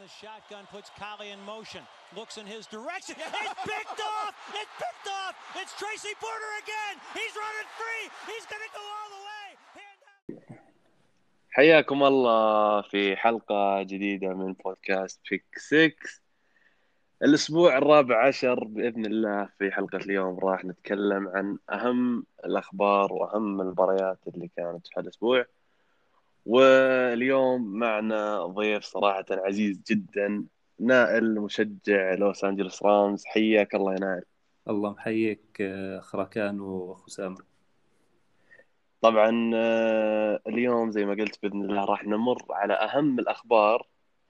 the shotgun, puts Collie in motion, looks in his direction. It's picked off! It's picked off! It's Tracy Porter again! He's running free! He's gonna go all the way! حياكم الله في حلقة جديدة من بودكاست بيك 6. الأسبوع الرابع عشر بإذن الله. في حلقة اليوم راح نتكلم عن أهم الأخبار وأهم المباريات اللي كانت في هالأسبوع. واليوم معنا ضيف صراحة عزيز جدا، نائل مشجع لوس أنجلوس رامز. حياك الله يا نائل. الله محييك خراكان وأخو سامر. طبعا اليوم زي ما قلت بإذن الله راح نمر على أهم الأخبار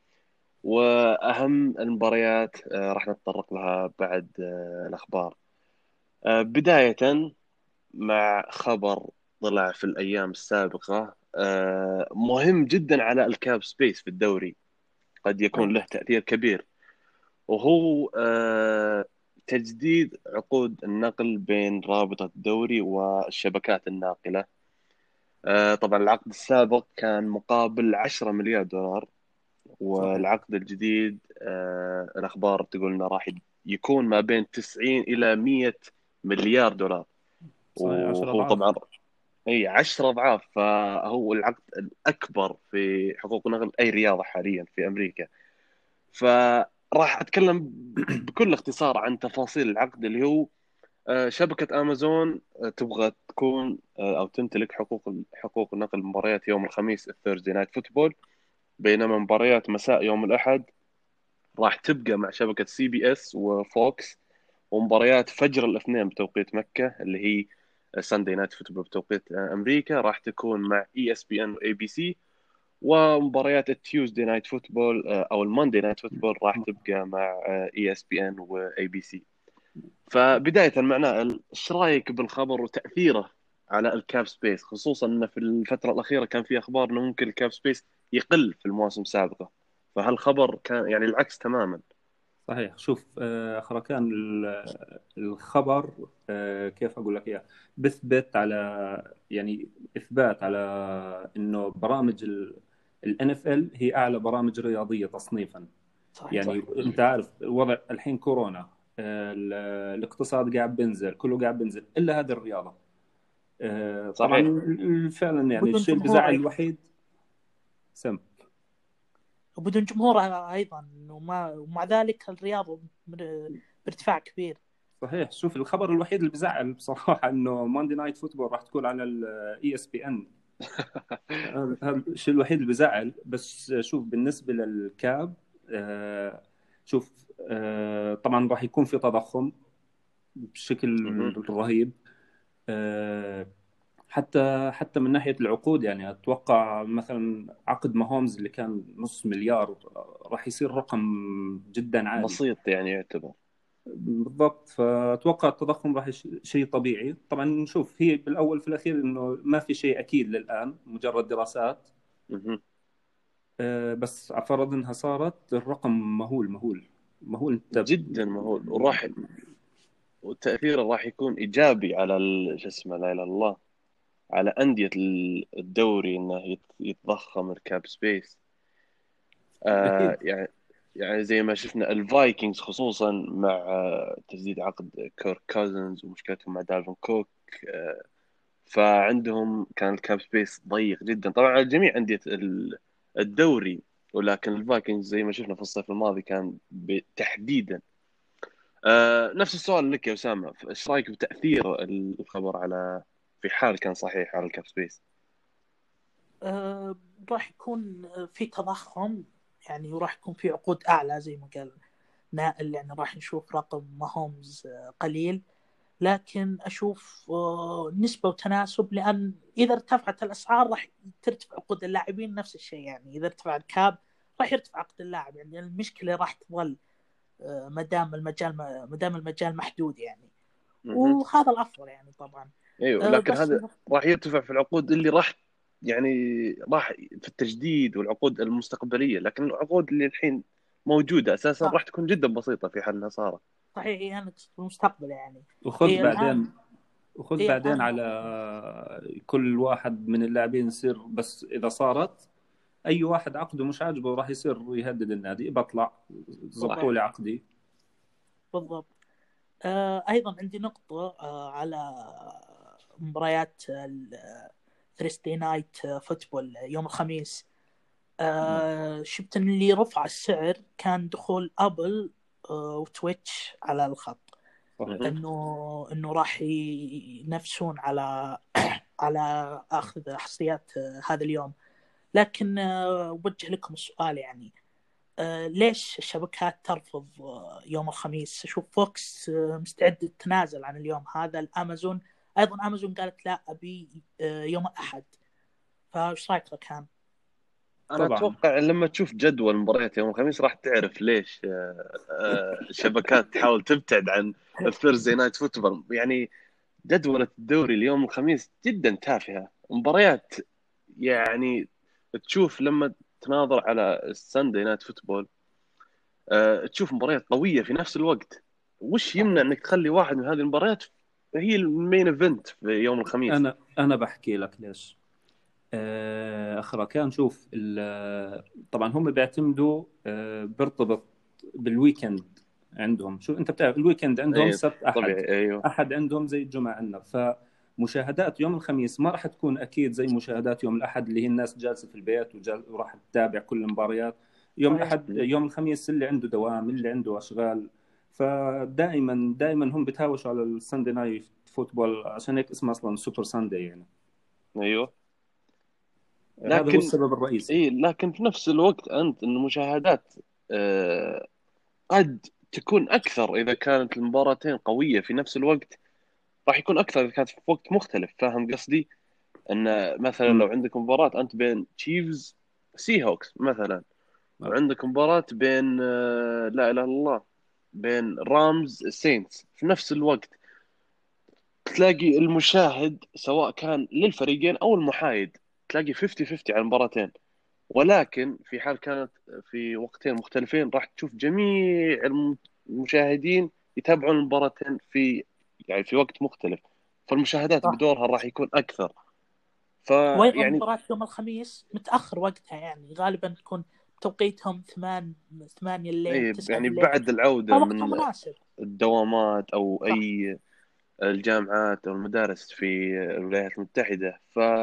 وأهم المباريات، راح نتطرق لها بعد الأخبار. بداية مع خبر طلع في الأيام السابقة مهم جدا على الكاب سبيس في الدوري، قد يكون له تأثير كبير، وهو تجديد عقود النقل بين رابطة الدوري والشبكات الناقلة. طبعا العقد السابق كان مقابل 10 مليار دولار، والعقد الجديد الأخبار تقول إنه راح يكون ما بين 90 إلى 100 مليار دولار. وهو طبعا 10 أضعاف، فهو العقد الأكبر في حقوق نقل أي رياضة حاليا في أمريكا. فراح أتكلم بكل اختصار عن تفاصيل العقد، اللي هو شبكة أمازون تبغى تكون أو تمتلك حقوق نقل مباريات يوم الخميس الثيرزداي نايت فوتبول، بينما مباريات مساء يوم الأحد راح تبقى مع شبكة سي بي اس وفوكس، ومباريات فجر الاثنين بتوقيت مكة اللي هي ساندي نايت فوتبول بتوقيت أمريكا راح تكون مع اي اس بي ان واي بي سي، ومباريات التيوزداي نايت فوتبول او الماندي نايت فوتبول راح تبقى مع اي اس بي ان واي بي سي. فبداية معناه ايش رايك بالخبر وتأثيره على الكاب سبيس، خصوصا انه في الفترة الأخيرة كان في اخبار انه ممكن الكاب سبيس يقل في المواسم السابقة، فهالخبر كان يعني العكس تماما. صحيح. شوف خراكان، الخبر كيف أقول لك إياه، بثبت على يعني إثبات على إنه برامج ال NFL هي أعلى برامج رياضية تصنيفا. صحيح. يعني أنت عارف الوضع الحين كورونا، الاقتصاد قاعد بينزل، كله قاعد بينزل إلا هذه الرياضة. طبعا فعلا يعني الشيء اللي بزعل الوحيد وبدون جمهور أيضا، ومع ذلك الرياضة بارتفاع كبير. صحيح. شوف الخبر الوحيد اللي بزعل بصراحة إنه ماندي نايت فوتبول راح تكون على الاي اس بي ان. هذا الشيء الوحيد اللي بزعل. بس شوف بالنسبة للكاب، شوف طبعا راح يكون في تضخم بشكل رهيب، حتى من ناحية العقود. يعني أتوقع مثلا عقد ماهومز اللي كان $500 مليار راح يصير رقم جدا عالي، بسيط يعني يعتبر. بالضبط. فأتوقع التضخم راح شيء طبيعي. طبعا نشوف، هي بالأول في الأخير إنه ما في شيء أكيد للآن، مجرد دراسات. بس عفرض إنها صارت، الرقم مهول جدا مهول، وتأثيره راح يكون إيجابي على شو اسمه، لا إله إلا الله، على أندية الدوري إنه يتضخم الكاب سبيس. يعني زي ما شفنا الفايكنجز خصوصا مع تجديد عقد كيرك كازنز ومشكلتهم مع دالفين كوك، فعندهم كان الكاب سبيس ضيق جدا طبعا على جميع أندية الدوري، ولكن الفايكنجز زي ما شفنا في الصيف الماضي كان تحديدا. نفس السؤال لك يا أسامة، ايش رايك بتأثير الخبر على، في حال كان صحيح، على الكاب سبيس؟ راح يكون في تضخم يعني، وراح يكون في عقود أعلى زي ما قال نائل. يعني راح نشوف رقم ماهومز قليل، لكن أشوف نسبة وتناسب، لأن إذا ارتفعت الأسعار راح ترتفع عقود اللاعبين. نفس الشيء يعني إذا ارتفع الكاب راح يرتفع عقد اللاعب. يعني المشكلة راح تظل مدام المجال محدود يعني. وهذا الأفضل يعني طبعا. ايوه، لكن هذا راح يرتفع في العقود اللي راح في التجديد والعقود المستقبلية، لكن العقود اللي الحين موجودة أساسا راح تكون جدا بسيطة في حال انها صارت. صحيح، يعني في المستقبل يعني. وخذ بعدين على كل واحد من اللاعبين يصير، بس إذا صارت اي واحد عقده مش عاجبه راح يصير يهدد النادي، بطلع ضبطوا لي عقدي. بالضبط. أيضا عندي نقطة على مباريات الثريستي نايت فوتبول يوم الخميس. شفت ان اللي رفع السعر كان دخول ابل وتويتش على الخط، انه راح ينافسون على على اخذ حصريات هذا اليوم. لكن وجه لكم السؤال، يعني ليش الشبكات ترفض يوم الخميس؟ اشوف فوكس مستعد تتنازل عن اليوم هذا. الامازون ايضا، امازون قالت لا ابي يوم الاحد. فايش رايك ركان؟ انا طبعا اتوقع لما تشوف جدول مباريات يوم الخميس راح تعرف ليش الشبكات تحاول تبتعد عن الثيرزي نايت فوتبول. يعني جدولة الدوري اليوم الخميس جدا تافهة، مباريات يعني تشوف لما تناظر على الساندي نايت فوتبول تشوف مباريات قوية في نفس الوقت. وش يمنع انك تخلي واحد من هذه المباريات هي المين ايفنت في يوم الخميس؟ انا بحكي لك ليش. اخرى كان شوف طبعا هم بيعتمدوا بيرتبط بالويكند عندهم. شو انت بتعرف الويكند عندهم اي سبت احد، طبيعي. ايوه احد عندهم زي الجمعه عندنا. فمشاهدات يوم الخميس ما راح تكون اكيد زي مشاهدات يوم الاحد اللي هي الناس جالسه في البيت وراح تتابع كل المباريات. يوم الاحد يوم الخميس اللي عنده دوام اللي عنده اشغال، فدائما هم بتهاوشوا على الساندي نايت فوتبول، عشان هيك اسمه اصلا سوبر ساندي يعني. ايوه. هذا هو لكن السبب الرئيسي. لكن في نفس الوقت انت ان المشاهدات قد تكون اكثر اذا كانت المباراتين قويه في نفس الوقت، راح يكون اكثر اذا كانت في وقت مختلف. فاهم قصدي؟ ان مثلا لو عندك مباراه انت بين تشيفز سي هوكس مثلا، وعندك مباراه بين لا اله الا الله، بين رامز سينتس في نفس الوقت، تلاقي المشاهد سواء كان للفريقين او المحايد تلاقي 50-50 على المباراتين. ولكن في حال كانت في وقتين مختلفين راح تشوف جميع المشاهدين يتابعون المباراتين في يعني في وقت مختلف، فالمشاهدات صح. بدورها راح يكون أكثر. وايضا فيعني مباراة يوم الخميس متاخر وقتها، يعني غالبا تكون توقيتهم 8 الليل 9 يعني الليل، بعد العودة فوقتها من مناسب. الدوامات أو صح. أي الجامعات أو المدارس في الولايات المتحدة.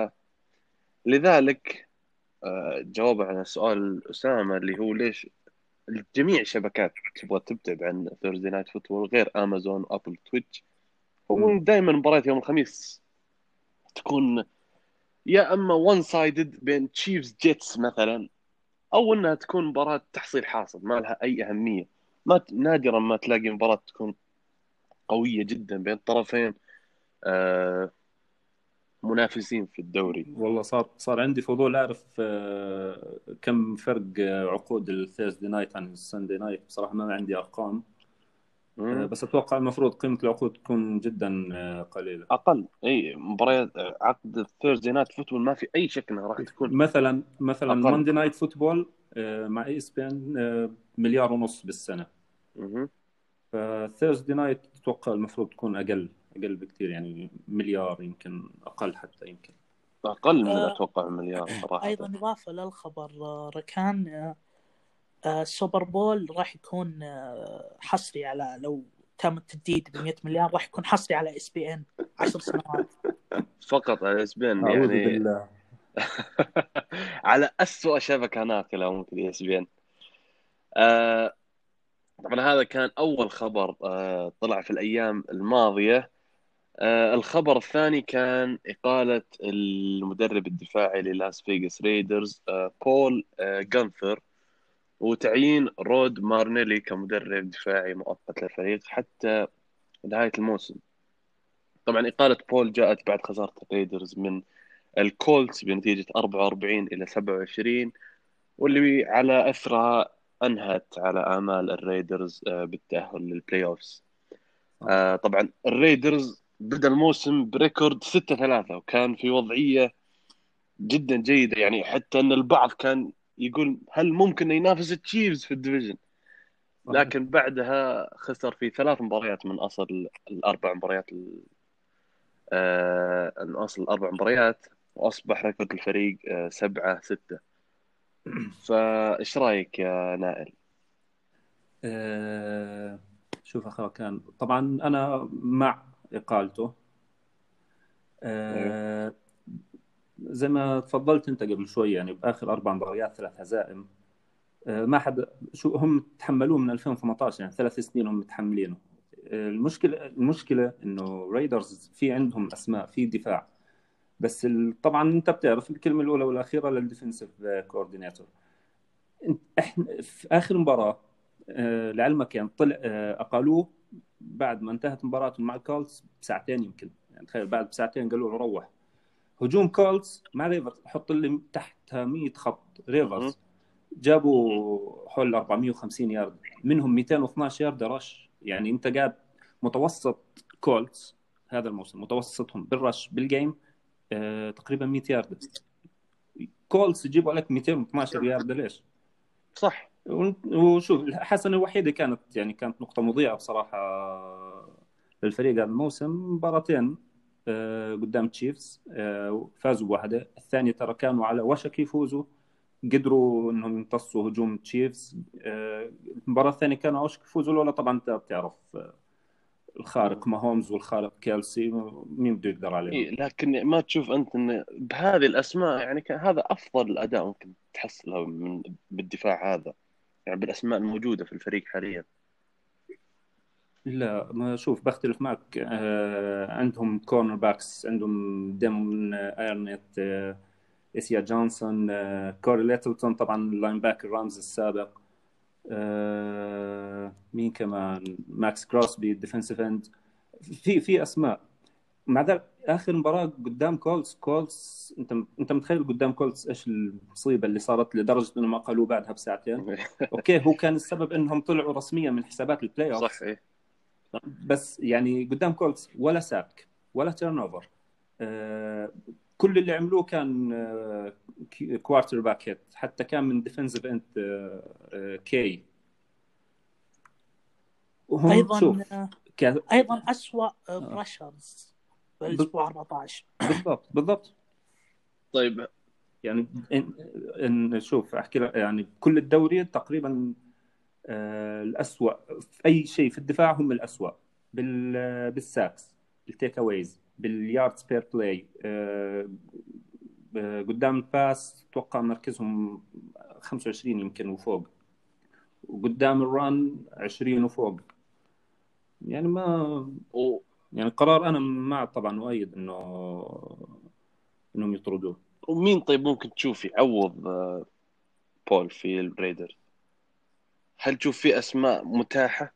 فلذلك جوابا على سؤال أسامة اللي هو ليش جميع الشبكات تبغى تبتعد عن ثيرزي نايت فوتبول غير امازون ابل تويتش، هو دائما مباريات يوم الخميس تكون يا اما وان سايدد بين تشيفز جيتس مثلا، او انها تكون مباراه تحصيل حاصل ما لها اي اهميه. نادرا ما تلاقي مباراه تكون قويه جدا بين طرفين آه منافسين في الدوري. والله صار عندي فضول اعرف كم فرق عقود الثيرزدي نايت عن الساندي نايت. بصراحه ما عندي ارقام، مم. بس اتوقع المفروض قيمه العقود تكون جدا قليله. اقل. اي مباريات عقد الثيرزدي نايت فوتبول ما في اي شك انها راح تكون مثلا اقل. ماندي نايت فوتبول مع اي اس بي ان مليار ونص بالسنه. مم. فالثيرزدي نايت اتوقع المفروض تكون اقل بكثير، يعني مليار يمكن اقل حتى يمكن. اقل من اتوقع مليار صراحه. ايضا اضافه للخبر ركان، السوبر بول راح يكون حصري على، لو تم التجديد ب 100 مليار راح يكون حصري على اس بي ان 10 سنوات. فقط على اس بي ان اعوذ يعني بالله. على أسوأ شبكة ناقلة ممكن اس بي ان. طبعا هذا كان أول خبر طلع في الأيام الماضية. الخبر الثاني كان إقالة المدرب الدفاعي للاس فيغاس ريدرز بول جانثر، وتعيين رود مارنيلي كمدرب دفاعي مؤقت للفريق حتى نهاية الموسم. طبعا إقالة بول جاءت بعد خسارة الريدرز من الكولتس بنتيجة 44-27، واللي على أثرها أنهت على آمال الريدرز بالتأهل للبلاي أوفس. طبعا الريدرز بدأ الموسم بريكورد 6-3 وكان في وضعية جدا جيدة، يعني حتى أن البعض كان يقول هل ممكن ينافس التشيفز في الديفيجن. صحيح. لكن بعدها خسر في 3 مباريات من أصل الأربع مباريات من أصل الأربع مباريات، وأصبح ريكورد الفريق 7-6. فايش رايك يا نائل؟ شوف أخي كان طبعا أنا مع إقالته. ايوه آه، زي ما تفضلت أنت قبل شوي، يعني بآخر 4 مباريات 3 هزائم. ما حد شو هم تحملوه من 2018، يعني 3 سنين هم متحملينه. المشكلة إنه رايدرز في عندهم أسماء في دفاع، بس طبعا أنت بتعرف الكلمة الأولى والأخيرة للديفنسيف كوردينيتور. احنا في اخر مباراه، لعلمك يعني طلع، اقالوه بعد ما انتهت مباراتهم مع الكولتس بساعتين يمكن، يعني تخيل بعد بساعتين قالوا له روح. هجوم كولتس مع ريفرز، حط لي تحتها 100 خط. مهم. ريفرز جابوا حول 450 يارد، منهم 212 يارد رش. يعني انت قاعد متوسط كولتس هذا الموسم، متوسطهم بالرش بالجيم تقريبا 100 يارد. كولتس يجيبوا لك 212 يارد ليش؟ صح. وشوف الحسنه الوحيده كانت، يعني كانت نقطه مضيئه بصراحه للفريق هذا الموسم، مباراتين قدام تشيفز فازوا بواحده، الثانيه ترى كانوا على وشك يفوزوا، قدروا انهم يمتصوا هجوم تشيفز. المباراه الثانيه كانوا على وشك يفوزوا، لولا طبعا انت بتعرف مم. الخارق ماهومز والخارق كيلسي، مين بده يقدر عليهم؟ إيه، لكن ما تشوف انت ان بهذه الاسماء يعني كان هذا افضل اداء ممكن تحصله من بالدفاع هذا، يعني بالاسماء الموجوده في الفريق حاليا؟ لا ما شوف، بختلف معك. عندهم كورنر باكس، عندهم ديمون ايرنت، إسيا جونسون، كوري ليتلتون طبعا اللاين باك الرامز السابق، مين كمان، ماكس كروسبي الديفنسيف اند. في اسماء. مع ذلك اخر مباراه قدام كولز، انت متخيل قدام كولز ايش المصيبه اللي صارت لدرجه انهم اقلوا بعدها بساعتين. اوكي، هو كان السبب انهم طلعوا رسميا من حسابات البلاي صح. اوفز، ايه. بس يعني قدام كولتس ولا ساك ولا تيرن اوفر. آه، كل اللي عملوه كان كوارتر باك هيت، حتى كان من ديفنسيف انت كي. وهم ايضا شوف كان ايضا اسوأ آه، بريشرز في ب- الاسبوع 14. بالضبط. طيب. يعني إن شوف احكي لك، يعني كل الدوري تقريبا الأسوأ في أي شيء في الدفاع، هم الأسوأ بالساكس، بالتيك أويز، بالياردز بير بلاي. قدام الباس اتوقع مركزهم 25 يمكن وفوق، وقدام الران 20 وفوق. يعني ما و- يعني قرار انا مع طبعا، اؤيد انهم يطردوه. ومين طيب ممكن تشوف يعوض بول في الريدر؟ هل تشوف في اسماء متاحه؟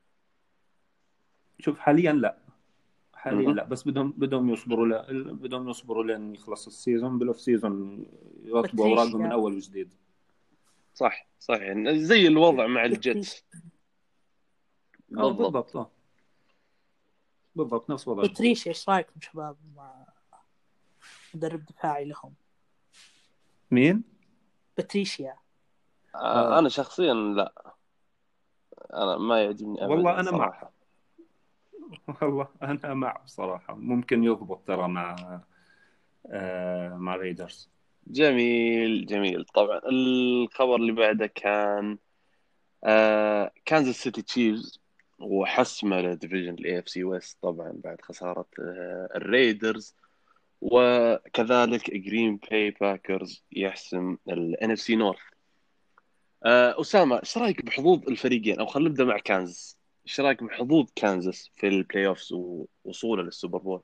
شوف حاليا لا، حاليا مهم. لا، بس بدهم يصبروا بدهم يصبروا لين يخلص السيزون، بالاوف سيزون يرتبوا اوراقهم من باتريشيا اول وجديد. صح صح، يعني زي الوضع مع باتريشيا الجيتس اه بالضبط. بالضبط، بالضبط نفس وضعهم. باتريشيا ايش رايكم شباب مع مدرب دفاعي لهم؟ مين؟ باتريشيا. اه انا شخصيا لا، انا ما يعجبني ابدا والله انا مع. صراحه. والله انا مع بصراحه، ممكن يضبط ترى مع مع ريدرز. جميل جميل. طبعا الخبر اللي بعده كان كانزاس سيتي تشيفز وحسمة لديفيجن الاي اف سي ويست طبعا بعد خسارة الريدرز، وكذلك جرين باي باكرز يحسم الان اف سي نورث. أسامة، ايش رايك بحظوظ الفريقين؟ او خلينا نبدا مع كانزاس. ايش رايك بحظوظ كانزاس في البلاي اوفز ووصوله للسوبر بول؟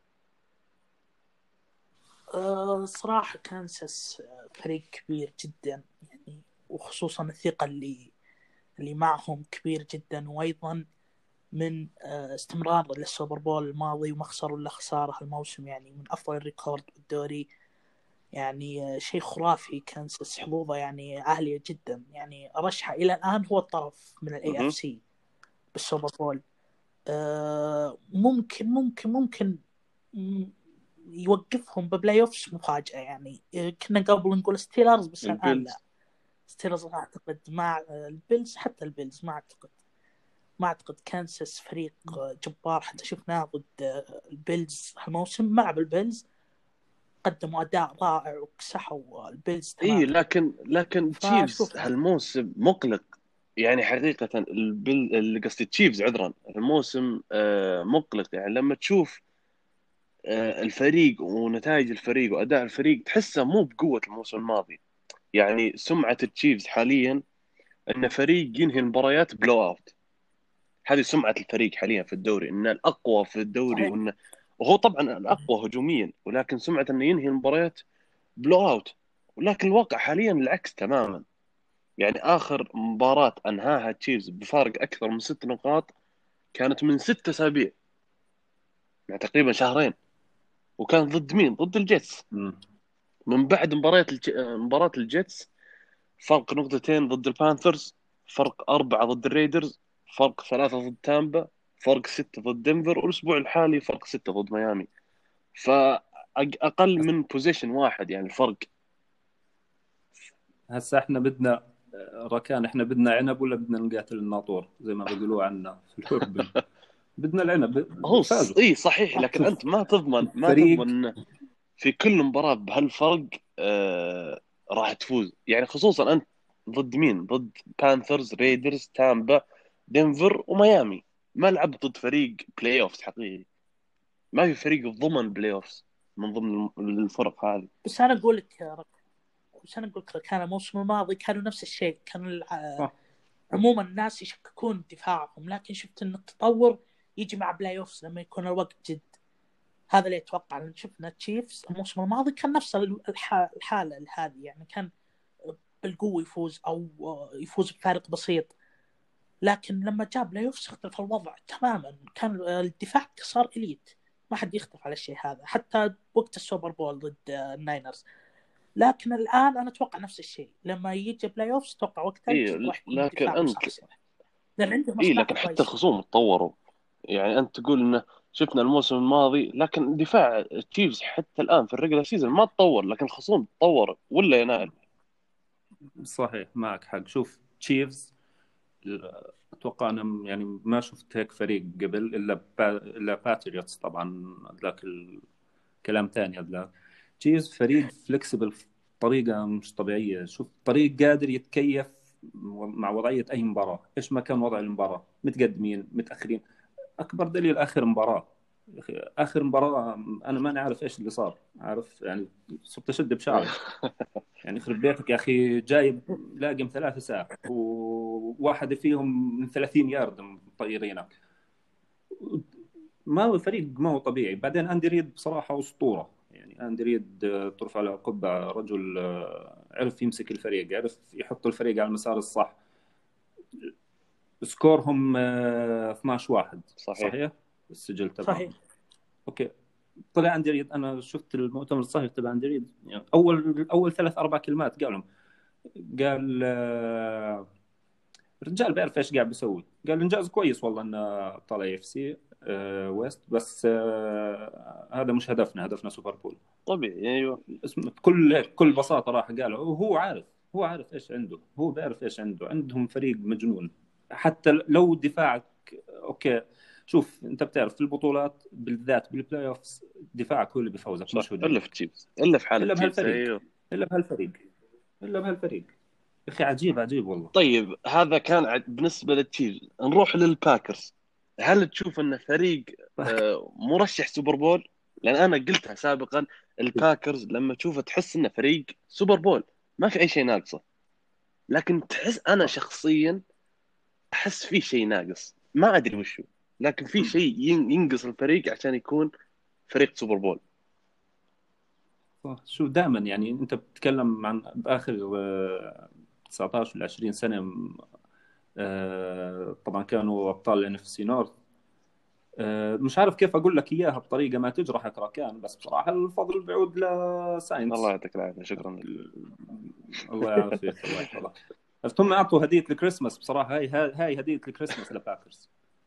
صراحة كانساس فريق كبير جدا يعني، وخصوصا الثقة اللي معهم كبير جدا، وأيضا من استمرار للسوبر بول الماضي وما خسروا إلا خسارة الموسم، يعني من أفضل الريكورد بالدوري. يعني شيء خرافي، كانساس حظوظه يعني عالية جدا، يعني أرشحه إلى الآن هو الطرف من الاي اف مهم. سي بالسوبر بول. ممكن يوقفهم ببلاي اوفس مفاجأة يعني. كنا قبل نقول ستيلرز، بس الآن لا. البيلز. ستيلرز أعتقد مع البيلز، حتى البيلز ما أعتقد كانساس فريق جبار، حتى شفناه ضد البيلز هالموسم، مع بالبيلز قدموا اداء رائع وكسحوا البيلز اي تماما. لكن تشيفز فاشوف هالموسم مقلق. يعني حقيقة اللي قصدي تشيفز عذرا الموسم مقلق. يعني لما تشوف الفريق ونتائج الفريق وأداء الفريق تحسه مو بقوة الموسم الماضي. يعني سمعة التشيفز حاليا أن فريق ينهي المباريات بلو أوت. هذه سمعة الفريق حاليا في الدوري، أنه الأقوى في الدوري، صحيح. وهو طبعا الأقوى هجوميا، ولكن سمعة أنه ينهي المباريات بلو أوت. ولكن الواقع حاليا العكس تماما. يعني آخر مباراة أنهاها تشيفز بفارق أكثر من 6 نقاط كانت من 6 أسابيع، يعني تقريبا شهرين، وكان ضد مين؟ ضد الجيتس. من بعد مباراة الجيتس فرق 2 ضد البانثرز، فرق 4 ضد الريدرز، فرق 3 ضد تامبا، فرق 6 ضد دنفر، والأسبوع الحالي فرق 6 ضد ميامي. فأقل من بوزيشن واحد يعني الفرق. هسا احنا بدنا ركان، احنا بدنا عنب ولا بدنا نقاتل الناطور زي ما بيقولوا عنا في الأردن؟ بدنا العنب. هو فازوا. اي صحيح، لكن شوف انت ما تضمن فريق إن في كل مباراة بهالفرق راح تفوز. يعني خصوصا انت ضد مين؟ ضد بانثرز، ريدرز، تامبا، دنفر، وميامي. ما لعبت ضد فريق بلاي اوفز حقيقي. ما في فريق ضمن بلاي اوفز من ضمن الفرق هذه. بس انا اقول لك كان الموسم الماضي كانوا نفس الشيء، كانوا صح. عموما الناس يشككون دفاعهم، لكن شفت ان التطور يجي مع بلاي اوفز لما يكون الوقت جد. هذا اللي اتوقع. لان شفنا تشيفز الموسم الماضي كان نفس الحاله هذه، يعني كان بالقوه يفوز او يفوز بفارق بسيط، لكن لما جاب بلاي اوفز اختلف الوضع تماما. كان الدفاع صار اليت، ما حد يختلف على الشيء هذا حتى وقت السوبر بول ضد الناينرز. لكن الان انا اتوقع نفس الشيء، لما يجي بلاي اوفز اتوقع وقتها راح يكون لكن الدفاع انت مصحصح، لان عندهم لكن اسماء حتى كويسه. الخصوم تطوروا. يعني انت تقول انه شفنا الموسم الماضي، لكن دفاع تشيفز حتى الان في الريجلر سيزون ما تطور، لكن الخصوم تطوروا ولا ينال. صحيح، معك حق. شوف تشيفز، اتوقع انا يعني ما شفت هيك فريق قبل الا باتريوتس طبعا، ذاك الكلام ثاني. هذا تشيفز فريق فلكسبل بطريقه مش طبيعيه. شوف فريق قادر يتكيف مع وضعيه اي مباراه، ايش ما كان وضع المباراه، متقدمين متاخرين. اكبر دليل اخر مباراه. اخر مباراه انا ما نعرف ايش اللي صار، عارف يعني صرت اشد بشعري. يعني يخرب بيتك يا اخي، جايب لاقم 3 ساعة وواحد فيهم من 30 يارد مطيرينك. ما هو فريق ما هو طبيعي. بعدين اندي ريد بصراحة اسطورة. يعني اندي ريد ترفع له قبعة، رجل عرف يمسك الفريق، عرف يحط الفريق على المسار الصح. سكورهم 12-1 صحيح. صحيح السجل تبعهم. صحيح. اوكي، طلع اندي ريد. انا شفت المؤتمر الصحفي تبع اندي ريد، يعني اول 3-4 كلمات قالهم، قال الرجال بيعرف ايش قاعد بيسوي. قال الانجاز كويس والله انه طلع اف سي ويست، بس هذا مش هدفنا، هدفنا سوبر بول. طبيعي. ايوه بكل بساطه راح قال هو عارف ايش عنده. هو بيعرف ايش عنده. عندهم فريق مجنون. حتى لو دفاعك اوكي، شوف انت بتعرف في البطولات بالذات بالبلاي اوفز دفاعك هو اللي بيفوزك صح. مش الا هجومك. في تشيفز، الا في حاله الا تشيفز. بهالفريق ايوه. الا بهالفريق الا بهالفريق يا اخي، عجيب والله. طيب هذا كان بالنسبه للتشيفز. نروح للباكرز. هل تشوف انه فريق مرشح سوبر بول؟ لان انا قلتها سابقا، الباكرز لما تشوفه تحس انه فريق سوبر بول، ما في اي شيء ناقصه. لكن تحس، انا شخصيا احس في شيء ناقص، ما ادري وشو، لكن في شيء ينقص الفريق عشان يكون فريق سوبر بول. شو دائما يعني انت بتتكلم عن باخر 19 ولا 20 سنه، طبعا كانوا ابطال ان اف سي نورث. مش عارف كيف اقول لك اياها بطريقه ما تجرحك راكان، بس بصراحه الفضل بيعود لساينس. الله يعطيك العافيه، شكرا لك. الله يعافيك، الله يحفظك. بس هم اعطوا هديه الكريسماس بصراحه. هاي هديه الكريسماس للباكرز.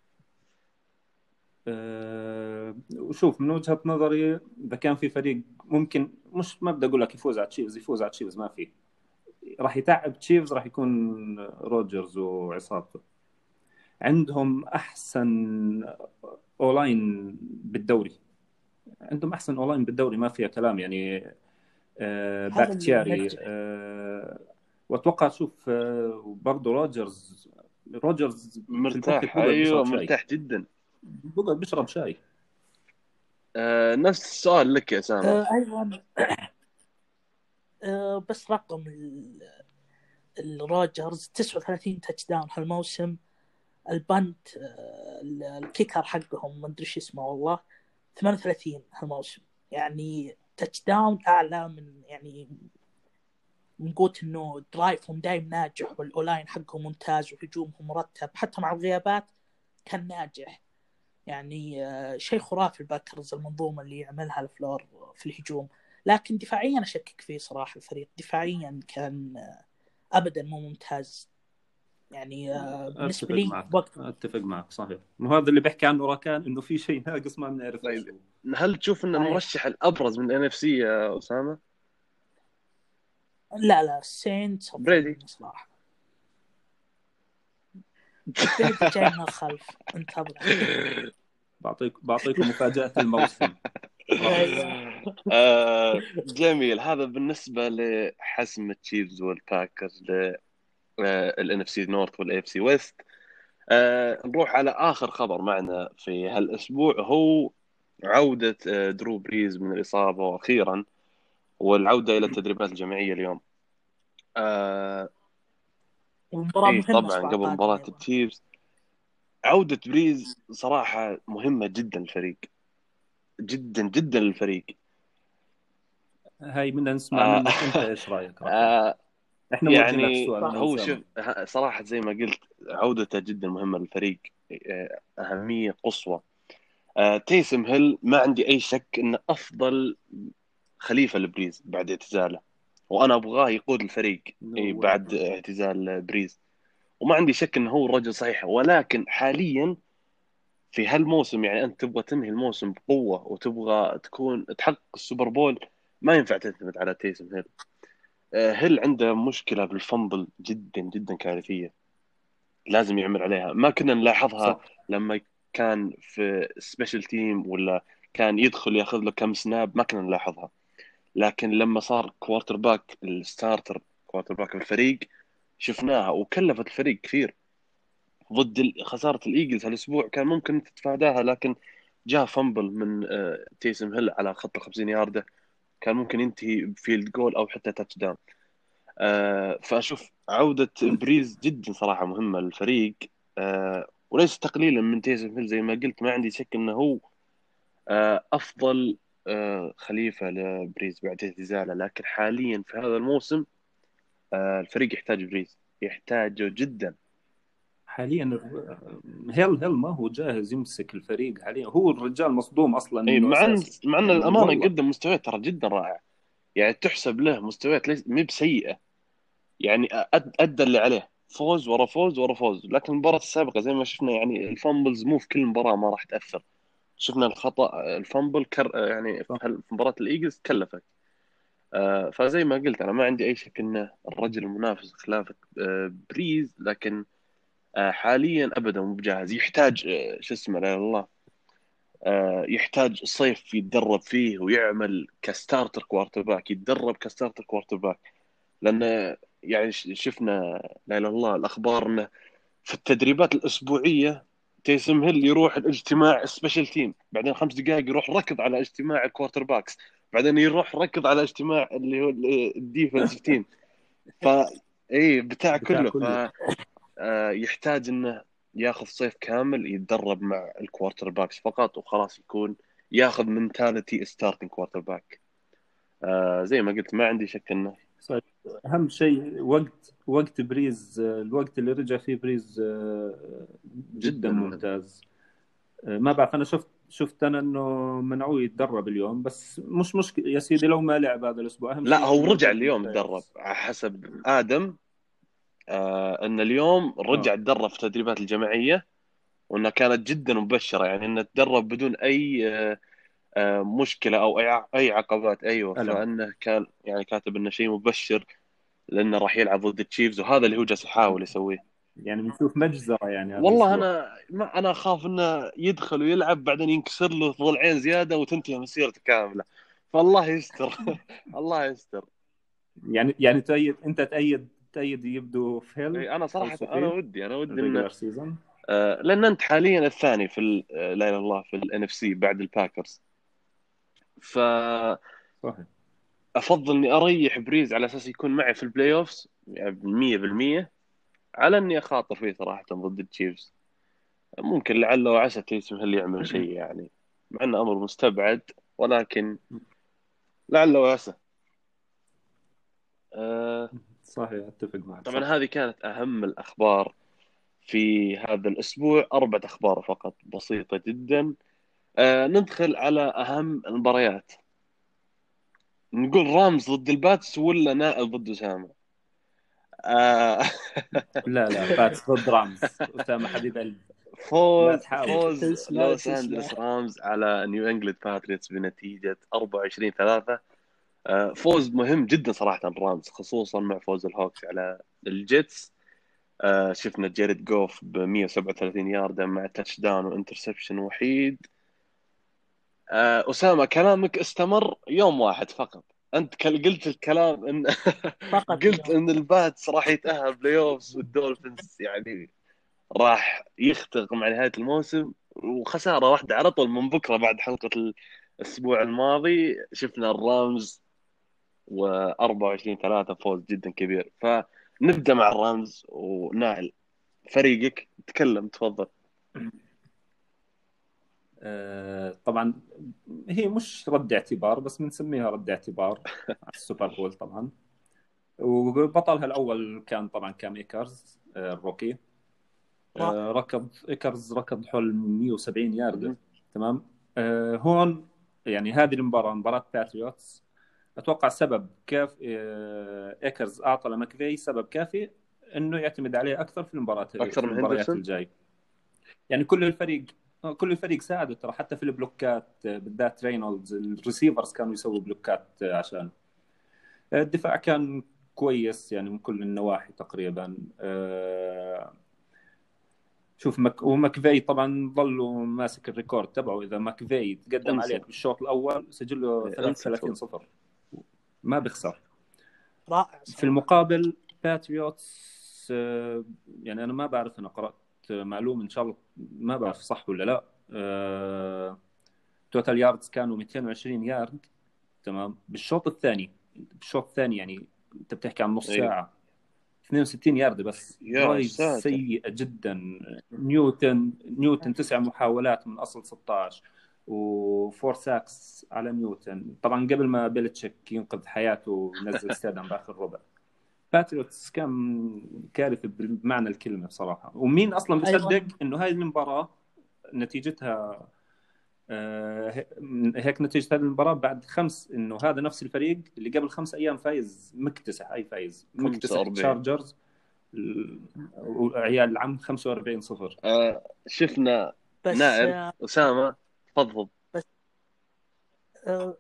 وشوف من وجهه نظري، اذا كان في فريق ممكن، مش ما بدي اقول لك يفوز على تشيفز، ما في. راح يتعب تشيفز راح يكون روجرز وعصابته. عندهم احسن اولاين بالدوري. عندهم احسن اونلاين بالدوري ما فيها كلام يعني. هذا اللي باكتياري، ينجح. واتوقع شوف برضه روجرز في البوكيت مرتاح، بقعد ايوه بيشرب شاي، مرتاح جدا. بقعد بيشرب شاي. نفس السؤال لك يا اسامه. ايضا بس رقم الروجرز 39 تاتش داون هالموسم. البنت الكيكر حقهم ما ادري ايش اسمه والله 38 هالموسم. يعني تاتش داون اعلى من يعني من قوة انه درايفهم دايم ناجح والاولاين حقهم ممتاز وهجومهم مرتب حتى مع الغيابات كان ناجح. يعني شيء خرافي الباكرز المنظومة اللي يعملها الفلور في الهجوم. لكن دفاعيا أشكك فيه صراحة. الفريق دفاعيا كان أبدا مو ممتاز. يعني بالنسبة لي وقت اتفق معك صحيح، وهذا اللي بيحكي عنه راكان انه في شيء ناقص ما بنعرف ايش طيب، هو. هل تشوف ان صحيح. المرشح الابرز من الان اف سي يا اسامه لا السينتس أفضل بريدي؟ منه صراحة. بريدي جاي من الخلف انتظر. بعطيكم مفاجأة الموسم. أيوة. جميل. هذا بالنسبه لحسم التشيفز والباكرز للان اف سي نورث والاي اف سي ويست. نروح على آخر خبر معنا في هالأسبوع، هو عودة درو بريز من الإصابة أخيرا، والعودة إلى التدريبات الجماعية اليوم. ومباراة إيه مهمة طبعا أسبوع قبل قادم مباراة أيضا. التشيفز. عودة بريز صراحة مهمة جدا للفريق، جدا جدا للفريق. هاي بدنا نسمع آه منك انت ايش رايك راكان، آه احنا موجهين لك يعني السؤال انا هو شوف، واسامه. صراحة زي ما قلت عودته جدا مهمة للفريق، أهمية قصوى. تيسم هيل ما عندي أي شك أنه أفضل خليفة لبريز بعد اعتزاله، وانا ابغاه يقود الفريق هو بعد اعتزال بريز. وما عندي شك انه هو الرجل صحيح، ولكن حاليا في هالموسم يعني انت تبغى تنهي الموسم بقوة وتبغى تكون تحقق السوبر بول، ما ينفع تعتمد على تيسم هيل. هيل عنده مشكلة بالفنبل جدا جدا كارثية، لازم يعمل عليها. ما كنا نلاحظها صح. لما كان في سبيشال تيم ولا كان يدخل ياخذ له كم سناب، ما كنا نلاحظها. لكن لما صار كوارتر باك الستارتر، كوارتر باك في الفريق، شفناها وكلفت الفريق كثير. ضد خسارة الإيجلز هالأسبوع كان ممكن تتفاداها، لكن جاء فامبل من تيسم هيل على خط 50 ياردة، كان ممكن ينتهي بفيلد جول أو حتى تاتش داون. فأشوف عودة بريز جدا صراحة مهمة للفريق، وليس تقليلا من تيسم هيل. زي ما قلت ما عندي شك أنه هو أفضل خليفة لبريز بعد اعتزاله، لكن حاليا في هذا الموسم الفريق يحتاج بريز، يحتاجه جدا. حاليا هيل ما هو جاهز يمسك الفريق حاليا، هو الرجال مصدوم اصلا اي منه مع اساسا مع ان يعني الامانه والله. قدم مستويات ترى جدا رائعه، يعني تحسب له مستويات ليس مي بسيئه. يعني ادى اللي عليه، فوز ورا فوز ورا فوز. لكن المباراه السابقه زي ما شفنا يعني الفامبلز مو في كل مباراه ما راح تاثر. شفنا الخطا الفامبل يعني صح. في في مباراه الايجلز كلفك. فزي ما قلت انا ما عندي اي شك انه الرجل المنافس خلافه بريز، لكن حاليا ابدا مو بجاهز. يحتاج شو اسمه لا إله إلا الله، يحتاج صيف يتدرب فيه ويعمل كستارتر كوارتر باك، يتدرب كستارتر كوارتر باك. لان يعني شفنا لا اله الا الله الاخبار انه في التدريبات الاسبوعيه تيسم هيل يروح الاجتماع سبيشال تيم، بعدين 5 دقائق يروح ركض على اجتماع الكوارتر باكس، بعدين يروح ركض على اجتماع اللي هو الديفنسيف تيم. ف ايه بتاع بتاع كله. كله. يحتاج انه ياخذ صيف كامل يتدرب مع الكوارتر باكس فقط، وخلاص يكون ياخذ منتاليتي ستارتنج كوارتر باك. زي ما قلت ما عندي شك انه صحيح. اهم شيء وقت بريز، الوقت اللي رجع فيه بريز جدا جدا مهم. ممتاز. ما بعرف، انا شفت انا انه منعوه يتدرب اليوم، بس مش مشكله يا سيدي لو ما لعب هذا الاسبوع، اهم لا شيء هو انه رجع يقدم اليوم تدرب ممتاز. حسب ادم، ان اليوم اه. رجع تدرب في التدريبات الجماعيه، وانها كانت جدا مبشره، يعني انه تدرب بدون اي مشكله او اي عقبات. ايوه، الم. فانه كان يعني كاتب انه شيء مبشر، لانه راح يلعب ضد التشيفز، وهذا اللي هو جالس يحاول يسويه. يعني بنشوف مجزرة يعني هذا والله الأسبوع. انا اخاف انه يدخل ويلعب بعدين ينكسر له ضلعين زياده وتنتهي مسيرته كامله، فالله يستر. الله يستر. يعني أنت تأيد يبدو في هيل انا صراحه يخلصوا فيه انا ودي انه الريجولار سيزون. لان انت حاليا الثاني في لا اله الا الله في الان اف سي بعد الباكرز، فافضل صحيح. اني اريح بريز على اساس يكون معي في البلاي اوفز يعني 100%، على اني اخاطر فيه صراحه ضد التشيفز. ممكن لعله وعسى تيسم هل يعمل شيء يعني، مع انه امر مستبعد، ولكن لعله وعسى. آه، صحيح، أتفق معك، طبعا صح. هذه كانت اهم الاخبار في هذا الاسبوع، 4 اخبار فقط بسيطه جدا. ندخل على اهم المباريات. نقول رامز ضد الباتس ولا نائل ضد اسامه؟ آه، لا، باتس ضد رامز، أسامة حبيب قلبي. لا فوز تحاول. تسلا لوس تسلا. انجلوس رامز على نيو انجلند باتريوتس بنتيجه 24-3. فوز مهم جدا صراحه الرامز، خصوصا مع فوز الهوكس على الجيتس. شفنا جيريد جوف ب 137 ياردة مع تاتش داون وانترسبشن وحيد. أسامة كلامك استمر يوم واحد فقط. أنت قلت الكلام إن فقط قلت اليوم. إن الباتس راح يتأهل بلاي أوفز والدولفينز يعني راح يخترق مع نهاية الموسم، وخسارة واحدة على طول من بكرة بعد حلقة الأسبوع الماضي شفنا الرامز و24-3 فوز جدا كبير. فنبدأ مع الرامز ونائل، فريقك تكلم تفضل. طبعا هي مش رد اعتبار، بس بنسميها رد اعتبار على السوبر بول طبعا. وبطلها الأول كان طبعا كام إيكرز، الروكي. رائع. ركض حول 170 ياردة. تمام. هون يعني هذه المباراة، مباراة باتريوتس، أتوقع سبب كاف إيكرز أعطى لماكفي سبب كافي إنه يعتمد عليه أكثر أكثر في من المباريات هندرسون. الجاي. يعني كل الفريق ساعده ترى، حتى في البلوكات، بالذات رينولدز الريسيفرز كانوا يسووا بلوكات عشان الدفاع كان كويس يعني من كل النواحي تقريبا. شوف وماكفي طبعا ظلوا ماسك الريكورد تبعه. اذا ماكفي تقدم انسى. عليك بالشوط الاول سجل له انسى 33-0، ما بيخسر. رائع في صراحة. المقابل باتريوتس، يعني انا ما بعرف، انا قرات معلومه ان شاء الله ما بعرف صح ولا لا. توتال ياردز كانوا 220 يارد. تمام. بالشوط الثاني يعني انت بتحكي عن نص ايوه ساعه، 62 يارد بس. يا درايف ساتر. سيئه جدا. نيوتن 9 محاولات من اصل 16، وفور ساكس على نيوتن طبعا قبل ما بيلتشيك ينقذ حياته ونزل ستادم باخر ربع. باتريوتس كان كارثه بمعنى الكلمه بصراحه. ومين اصلا بيصدق أيضا انه هاي المباراه نتيجتها هيك نتيجة هذه المباراة بعد انه هذا نفس الفريق اللي قبل 5 ايام مكتسح 45. تشارجرز وعيال العم 45-0. شفنا بس نائل أسامة تفضل. بس آه،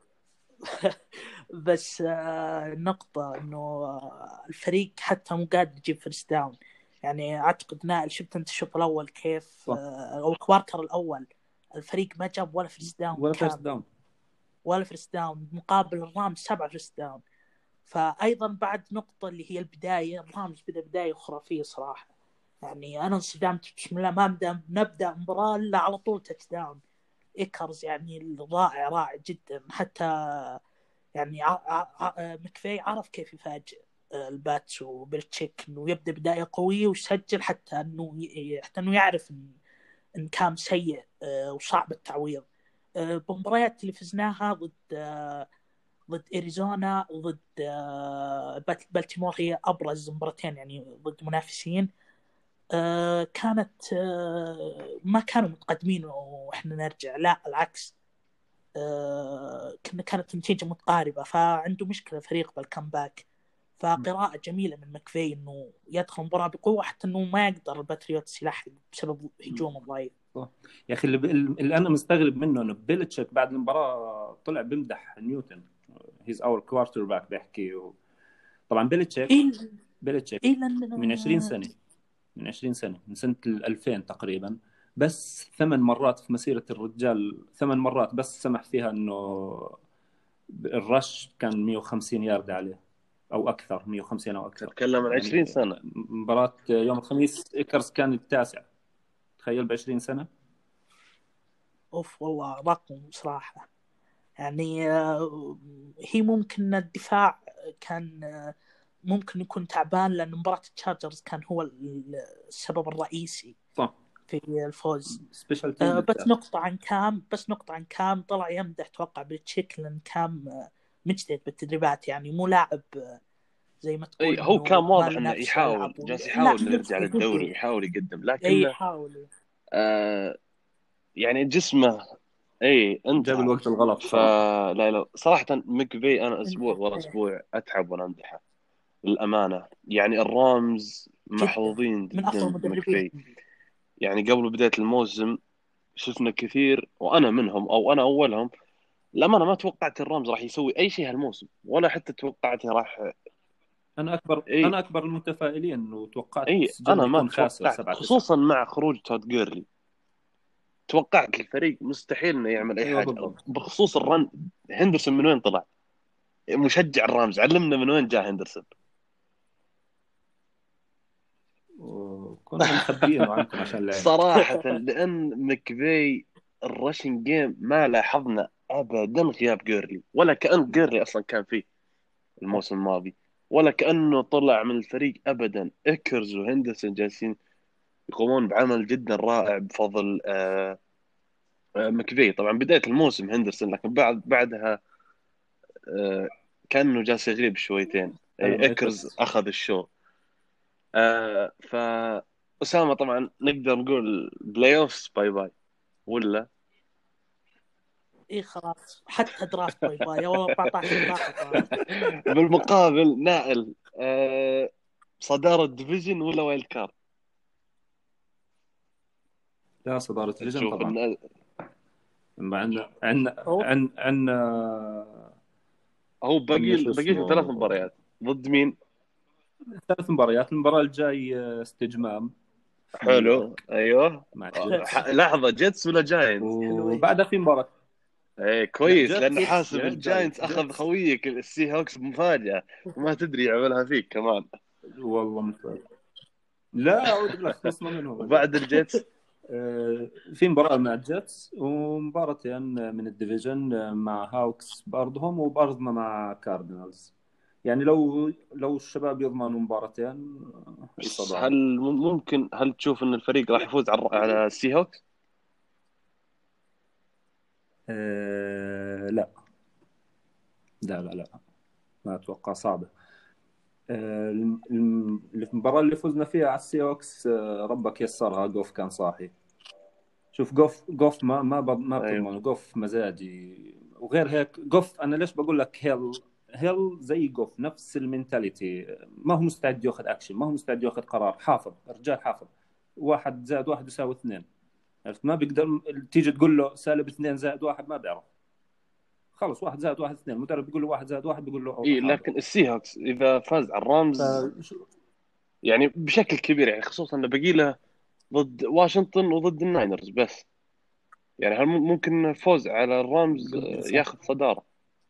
بس النقطة إنه الفريق حتى مو قادر يجيب فيرست داون. يعني أعتقد نائل شفت أنت الشوط الأول كيف، صح. أو الكوارتر الأول الفريق ما جاب ولا فيرست داون ولا فيرست كامل، داون. ولا فيرست داون، مقابل الرامز 7 فيرست داون. فأيضا بعد نقطة اللي هي البداية، الرامز بداية خرافية صراحة. يعني أنا انصدمت، بسم الله ما نبدأ مباراة إلا على طول تاتش داون إيكرز. يعني رائع جدا. حتى يعني مكفي عرف كيف يفاجئ الباتس وبيلتشيك، انه يبدا بدايه قويه ويسجل، حتى انه يعرف ان كان سيء وصعب التعويض. بمباريات اللي فزناها ضد اريزونا وضد بالتيمور، هي ابرز مباراتين يعني ضد منافسين. كانت ما كانوا متقدمين واحنا نرجع، لا العكس. كانت النتيجة متقاربة، فعنده مشكلة فريق بالكمباك. فقراءة جميلة من مكفي إنه يدخل المباراة بقوة، حتى إنه ما يقدر الباتريوتس يلحق بسبب هجوم الضعيف. يا اخي اللي انا مستغرب منه انه بيلتشيك بعد المباراه طلع بمدح نيوتن. هيز اور كوارتر باك بيحكي طبعا بيلتشيك إيه بيلتشيك إيه من 20 لأن سنه من 20 سنة، من سنة 2000 تقريبا. بس 8 مرات في مسيرة الرجال، 8 مرات بس سمح فيها انه الرش كان 150 يارد عليه او اكثر، 150 او اكثر. تتكلم عن 20 يعني سنة. مباراة يوم الخميس ايكرز كان التاسع، تخيل ب 20 سنة. اوف والله رقم صراحة. يعني هي ممكن الدفاع كان ممكن يكون تعبان، لأن مباراة التشارجرز كان هو السبب الرئيسي صح، في الفوز. سبيشال تيم بس نقطة عن كام طلع يمدح توقع بالتشيك، لأن كام مجتهد بالتدريبات، يعني مو لاعب زي ما اي تقول هو كان انه ما واضح له انه نفس ويلعب يحاول، جالس لا يحاول انه يرجع للدوري ويحاول يقدم، اي لكن يحاول. آه يعني جسمه اي جاب انتهى. الوقت الغلط صراحة. فلا صراحة مكفي انا اسبوع ورا إيه، اسبوع اتعب وانا امدحه للامانة. يعني الرامز جدا محظوظين من افضل جدا المدربين. بمكفي. يعني قبل بداية الموسم شفنا كثير وانا منهم او انا اولهم. للامانة ما توقعت الرامز راح يسوي اي شيء هالموسم، ولا حتى توقعت راح. اي انا اكبر المتفائلين، وتوقعت اي جد انا ما يكون خاسر توقعت، 7-9. خصوصا مع خروج تود جيرلي. توقعت الفريق مستحيل انه يعمل اي ايوه حاجه بالضبط. بخصوص الرن. هندرسون من وين طلع؟ مشجع الرامز علمنا من وين جاء هندرسون. وكنا مخبيينه عنكم عشان العين. صراحه لان مكفي الرشن جيم ما لاحظنا ابدا غياب جيرلي، ولا كأن جيرلي اصلا كان فيه الموسم الماضي، ولا كأنه طلع من الفريق ابدا. اكرز وهندرسون جالسين يقومون بعمل جدا رائع بفضل مكفي. طبعا بدايه الموسم هندرسون، لكن بعدها كأنه جالس يغيب شويتين. كلام ايكرز ايكرز. اخذ الشو. ف أسامة طبعا نقدر نقول بلاي اوفس باي باي ولا؟ اي خلاص، حتى درافت باي باي يا والله، 14 بطاقة طارت. بالمقابل نائل صدارة ديفيجن ولا وايلد كارد؟ لا، صدارة فيجن تشوف طبعا. إن مع عندنا أوف. هو باقي شو باقي له ثلاث اسمه، مباريات ضد مين؟ 3 مباريات. المباراة الجاي استجمام في حلو نيويورك ايوه. مع الجيتس. لحظة، جيتس ولا جاينتس؟ حلوين. وبعدها في مباراة. ايه لا، كويس، لانه جيتس حاسب يا رجال، الجاينتس اخذ جيتس. خويك السي هوكس بمفاجأة وما تدري يعملها فيك كمان. والله مثال. لا اعوذ بالله، خلصنا منهم هذول. وبعد الجيتس في مباراة مع الجيتس، ومباراتين من الديفيجن مع هاوكس بأرضهم وبأرضنا مع كاردينالز. يعني لو الشباب يضمنوا مباراتين هي بس صدارة. هل ممكن، هل تشوف ان الفريق راح يفوز على السي هوكس؟ لا لا لا لا، ما أتوقع، صعبة. المباراة اللي فزنا فيها على السي هوكس ربك يسرها، جوف كان صاحي. شوف، جوف ما ايوه بتضمنه. جوف مزاجي، وغير هيك جوف انا ليش بقول لك هيل زي جوف، نفس المينتاليتي. ما هو مستعد ياخذ اكشن، ما هو مستعد ياخذ قرار. حافظ، رجال حافظ. 1+1=2. عرفت؟ ما بيقدر تيجي تقول له -2+1 ما بيعرف. خلص، 1+1=2. المدرب بيقول له 1+1 بيقول له اي، حاضر. لكن السي هوكس اذا فاز على الرامز ف يعني بشكل كبير، يعني خصوصا انه باقي له ضد واشنطن وضد الناينرز بس. يعني هل ممكن فوز على الرامز صح. ياخذ صدارة؟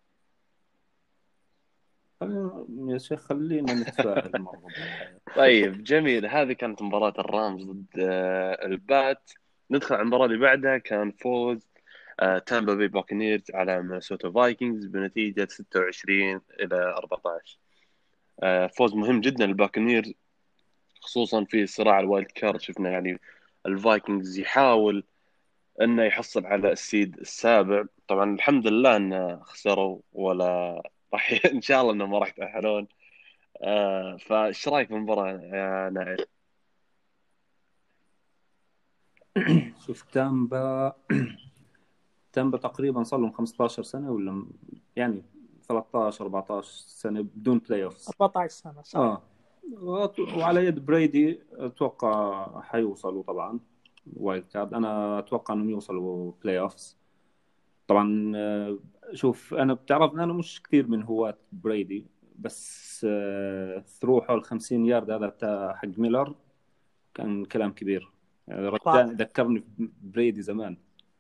يا شيخ خلينا نتفائل مرة بالحياة. طيب جميل، هذه كانت مباراة الرامز ضد البات. ندخل على المباراة اللي بعدها. كان فوز تامبا بي باكنيرز على مينيسوتا فايكنجز بنتيجة 26-14. فوز مهم جدا للباكنيرز، خصوصا في صراع الوايلد كارد. شفنا يعني الفايكنجز يحاول انه يحصل على السيد السابع. طبعا الحمد لله انه خسروا، ولا راح ان شاء الله انهم ما راح يتأهلون. فايش رايك في المباراة يا نائل؟ شوف، تامبا تقريبا صار لهم 15 سنة ولا يعني 13 14 سنة بدون بلاي اوفز. 14 سنة صح. وعلى يد بريدي اتوقع حيوصلوا طبعا وايلد كارد. انا اتوقع انهم يوصلوا بلاي اوفز طبعا. شوف، انا بتعرف ان انا مش كثير من هواة بريدي، بس ثرو حول 50 يارد هذا بتاع حق ميلر كان كلام كبير يعني، واضح. ذكرني بريدي زمان.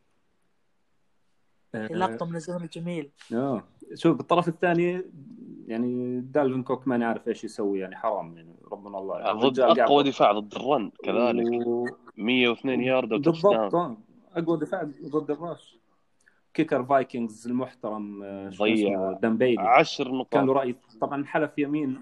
لقطة من الزمن الجميل. شوف بالطرف الثاني يعني دالفين كوك ما نعرف ايش يسوي يعني، حرام يعني ربنا الله يعني. ضد الرجال اقوى قاعد دفاع ضد الرن كذلك، 102 يارد وتاتش بالضبط داون. اقوى دفاع ضد الراش. كيكر فايكنجز المحترم شو اسمه ضيع دان بيلي 10 كان له نقاط. رأي طبعا، حلف يمين.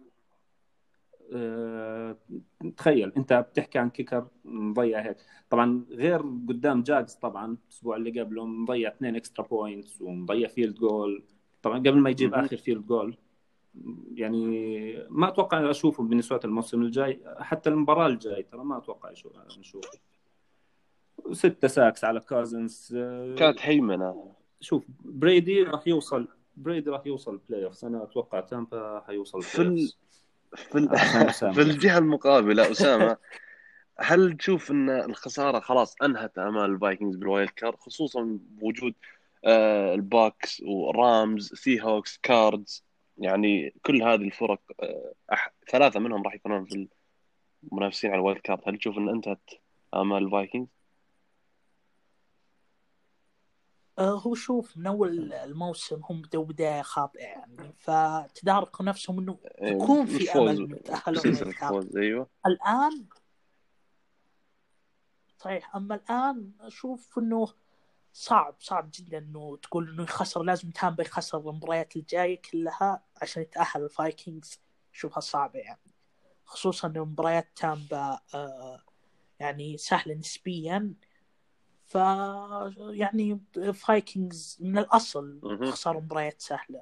تخيل انت بتحكي عن كيكر مضيع هيك. طبعا غير قدام جاكس طبعا الاسبوع اللي قبله مضيع 2 اكسترا بوينتس ومضيع فيلد جول طبعا قبل ما يجيب اخر فيلد جول. يعني ما اتوقع اشوفه بمينيسوتا الموسم الجاي، حتى المباراه الجاي ترى ما اتوقع نشوفه. 6 ساكس على كازنز. كانت هيمنه. شوف بريدي راح يوصل بلاي اوف. انا اتوقع تامبا حيوصل بلاي اوف. في الجهه المقابله اسامه، هل تشوف ان الخساره خلاص انهت امال الفايكنجز بالوايلد كارد، خصوصا بوجود الباكس ورامز سي هوكس كاردز، يعني كل هذه الفرق 3 منهم راح يكونون في المنافسين على الوايلد كارد. هل تشوف ان انتهت امال الفايكنجز؟ هو شوف من أول الموسم هم بدوا بداية خاطئة يعني، فتداركوا نفسهم إنه يكون في أمل الفوز إنه يتأهلوا بسلسله للكارت. الفوز. ايوه الآن صحيح، أما الآن أشوف إنه صعب جدا إنه تقول إنه يخسر. لازم تامبا يخسر المباريات الجاية كلها عشان يتأهل الفايكنجز. شوفها صعبة يعني، خصوصا إن مباريات تامبا يعني سهلة نسبيا. ف يعني فايكنجز من الأصل تخسر مباريات سهلة.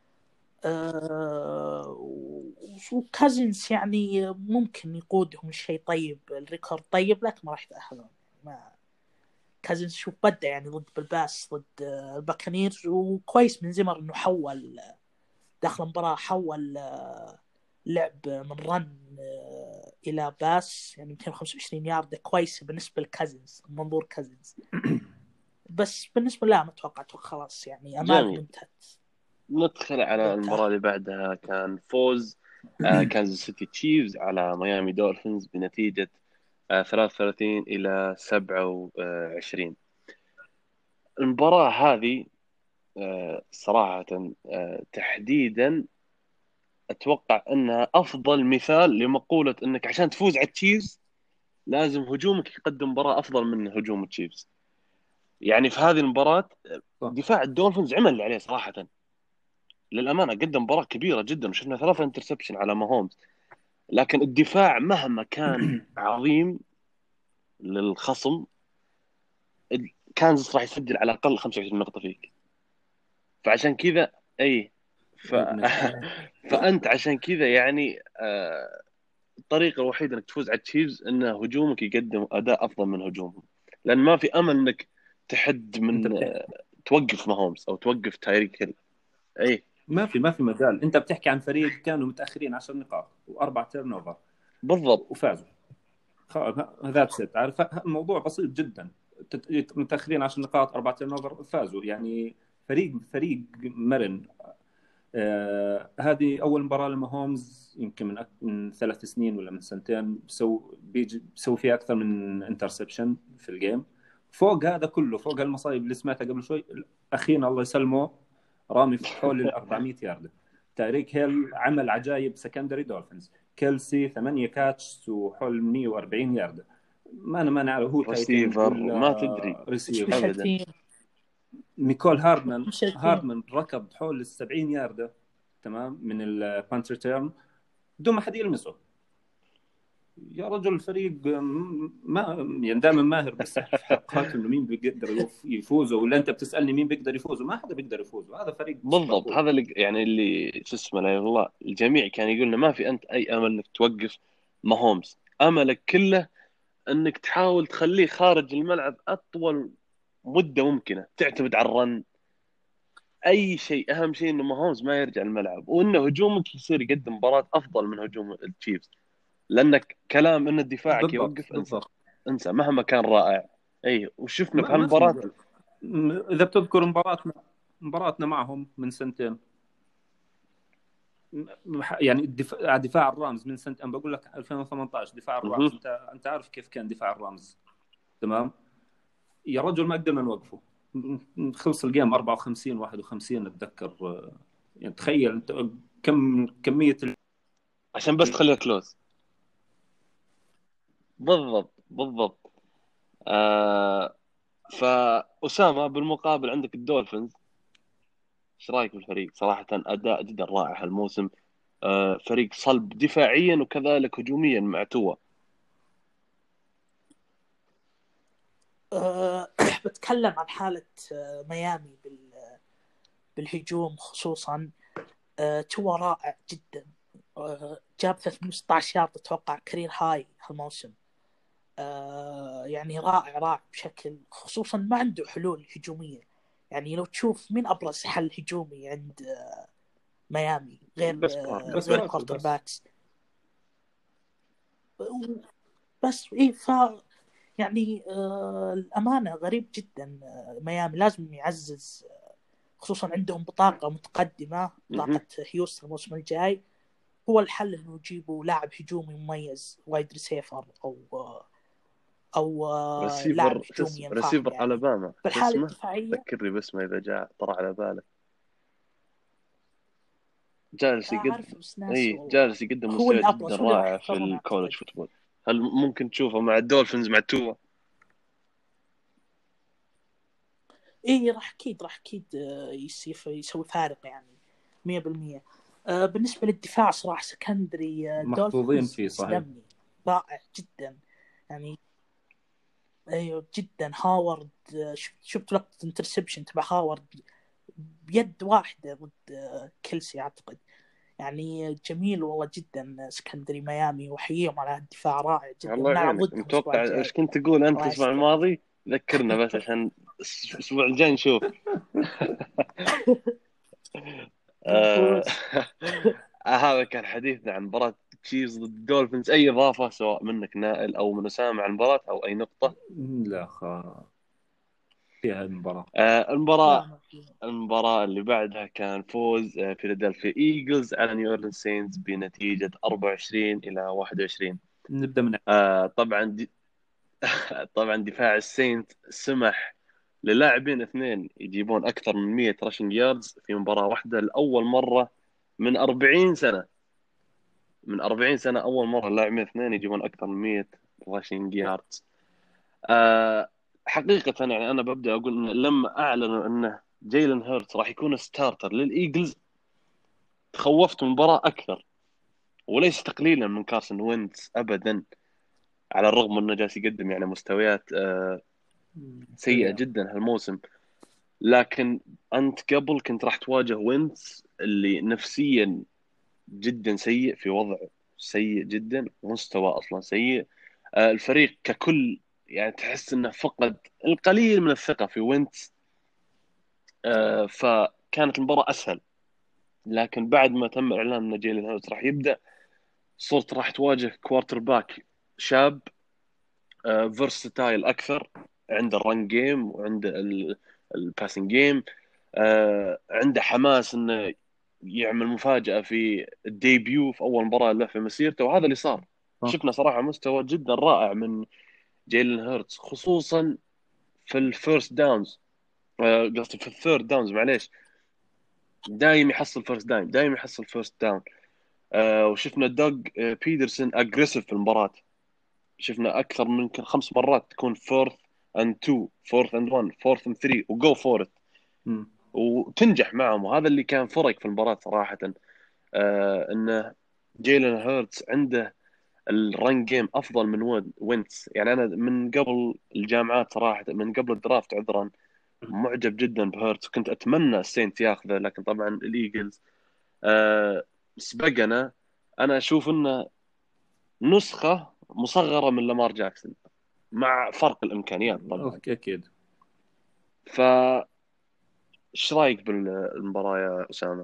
وكازنز يعني ممكن يقودهم شيء طيب، الريكورد طيب، لكن ما راح يتأهلون. ما كازنز شوف بدأ يعني ضد بالباس ضد الباكانيرز، وكويس من زمر إنه حول داخل المباراة، حول لعب من رن إلى باس يعني 225 يارد، كويس بالنسبة لكازنز منظور كازنز. بس بالنسبة لا ما أتوقع خلاص يعني أمالهم جميل. انتهت. ندخل على المباراة اللي بعدها. كان فوز كانزاس سيتي تشيفز على ميامي دولفينز بنتيجة 33 إلى 27. المباراة هذه صراحة تحديدا أتوقع أنها أفضل مثال لمقولة أنك عشان تفوز على التشيفز لازم هجومك يقدم مباراة أفضل من هجوم التشيفز. يعني في هذه المباراة دفاع الدولفينز عمل اللي عليه صراحة، للأمانة قدم مباراة كبيرة جدا، وشفنا 3 انترسبشن على ماهومز. لكن الدفاع مهما كان عظيم للخصم، كانزاس راح يسجل على الأقل 25 نقطة فيك. فعشان كذا أي فأنت عشان كذا يعني الطريقة الوحيدة انك تفوز على التشيفز ان هجومك يقدم اداء افضل من هجومهم، لان ما في امل انك تحد من توقف ماهومز او توقف تايريك هيل. اي ما في مجال. انت بتحكي عن فريق كانوا متاخرين 10 نقاط و4 تيرن اوفر بالضبط وفازوا. هذا عارف الموضوع بسيط جدا. متاخرين 10 نقاط 4 تيرن اوفر فازوا يعني. فريق مرن. هذه اول مباراه لماهومز يمكن من 3 سنين ولا من سنتين بيسوي فيها اكثر من انترسبشن في الجيم. فوق هذا كله، فوق المصايب اللي سمعتها قبل شوي، اخينا الله يسلمه رامي في حول ال 400 يارد. تاريك هيل عمل عجائب سكندري دولفينز. كيلسي 8 كاتش وحول 140 يارد. ما نعرف هو تايتند ريسيفر ولا ما تدري ريسيفر ابدا. ميكول هاردمان ركض حول ال 70 يارده تمام من البانتر تيرن بدون ما حد يلمسه. يا رجل الفريق ما يعني دائما ماهر بالسحب في حلقات انه مين بيقدر يفوزوا، ولا انت بتسالني مين بيقدر يفوزوا؟ ما حدا بيقدر يفوز. هذا فريق بالضبط هذا اللي يعني اللي شو اسمه لا والله الجميع كان يقول ما في انت اي امل انك توقف ماهومز. املك كله انك تحاول تخليه خارج الملعب اطول مده ممكنه، تعتمد على الرن اي شيء. اهم شيء انه ماهومز ما يرجع الملعب، وانه هجومك يصير يقدم مباراه افضل من هجوم التشيفز. لانك كلام ان دفاعك يوقف بالضبط. انسى مهما كان رائع. اي وشفنا في ما في هالمباراه مجال. اذا بتذكر مباراتنا معهم من سنتين يعني دفاع الرامز من سنة، أنا بقول لك 2018 دفاع الرامز، أنت عارف كيف كان دفاع الرامز، تمام؟ يا رجل ما قدرنا نوقفه، خلص الجيم 54 51 أتذكر. يعني تخيل أنت كمية عشان بس تخليها كلوز. بالضبط. فأسامة بالمقابل عندك الدولفينز، ايش رايك بالفريق؟ صراحة أداء جدا رائع هالموسم. فريق صلب دفاعيا وكذلك هجوميا مع توا. بتكلم عن حالة ميامي بالهجوم خصوصا. توا رائع جدا. جاب 316 يارد اتوقع كارير هاي هالموسم. يعني رائع بشكل، خصوصا ما عنده حلول هجومية. يعني لو تشوف مين أبرز حل هجومي عند ميامي غير غير كوارتر باكس بس. إيه يعني الأمانة غريب جدا. ميامي لازم يعزز، خصوصا عندهم بطاقة متقدمة، بطاقة هيوستن الموسم الجاي. هو الحل إنه يجيبوا لاعب هجومي مميز، وايد ريسيفر أو لاعب هجومي ينفع. ريسيفر يعني ألاباما بالحالة الدفاعية ذكرني باسمه إذا جاء طرى على بالك. جالس يقدم مستوى جدا رائع في الكولج فوتبول. هل ممكن تشوفه مع الدولفينز مع توا؟ إيه راح أكيد يسوي فارق يعني 100%. بالنسبة للدفاع صراحة سكندري محظوظين فيه صحيح، رائع جدا يعني. ايوه جدا. هاورد شفت لقطة انترسبشن تبع هاورد بيد واحدة ضد كيلسي اعتقد. يعني جميل والله جدا سكندري ميامي، وحييهم على الدفاع رائع جدا. الله يعينك. متوقع ايش كنت تقول انت الاسبوع الماضي؟ ذكرنا بس عشان الاسبوع الجاي نشوف. هذا كان حديثنا عن مباراة تشيفز ضد دولفينز. أي إضافة سواء منك نائل أو من أسامة عن المباراة أو أي نقطة؟ لا فيها المباراة اللي بعدها كان فوز فيلادلفيا إيجلز على نيو أورلينز سينز بنتيجة 24-21. نبدأ من طبعا دفاع السينت سمح للاعبين اثنين يجيبون أكثر من 100 راشنج ياردز في مباراة واحدة لأول مرة من 40 سنة. أول مرة اللاعبين اثنين يجيبون أكثر من 100 راشنج ياردز. حقيقة يعني أنا ببدأ أقول إن لما أعلنوا أنه جايلن هيرتس راح يكون ستارتر للإيجلز تخوفت من المباراة أكثر، وليس تقليلا من كارسون وينتز أبدا، على الرغم أنه جالس يقدم يعني مستويات سيئة جدا هالموسم. لكن أنت قبل كنت راح تواجه وينتز اللي نفسيا جدا سيء، في وضع سيء جدا، مستوى أصلا سيء. الفريق ككل يعني تحس أنه فقد القليل من الثقة في وينتز. فكانت المباراة أسهل. لكن بعد ما تم إعلان أن جيلين هيرتز راح يبدأ، صرت راح تواجه كوارتر باك شاب فيرستايل أكثر، عنده الرن جيم وعنده الباسنج جيم، عنده حماس انه يعمل مفاجأة في الديبيو في اول مباراة له في مسيرته، وهذا اللي صار. شفنا صراحة مستوى جدا رائع من جيلين هيرتز، خصوصا في الفيرست داونز، قصدي في الثيرد داونز معليش. دايم يحصل فيرست داون. وشفنا دوغ بيترسون اجريسيف في المباراة. شفنا اكثر من يمكن 5 مرات تكون فورث اند 2 فورث اند 1 فورث اند 3 وجو فورث وتنجح معهم. وهذا اللي كان فرق في المباراة صراحة. انه جيلين هيرتز عنده الرن جيم افضل من وينتس. يعني انا من قبل الجامعات صراحة، من قبل الدرافت عذرا، معجب جدا بهيرتز. كنت اتمنى السينت ياخذه، لكن طبعا الايجلز سبقنا. انا اشوف انه نسخة مصغرة من لامار جاكسون مع فرق الامكانيات طبعا. اكيد. ايش رايك بالمباراة يا اسامة؟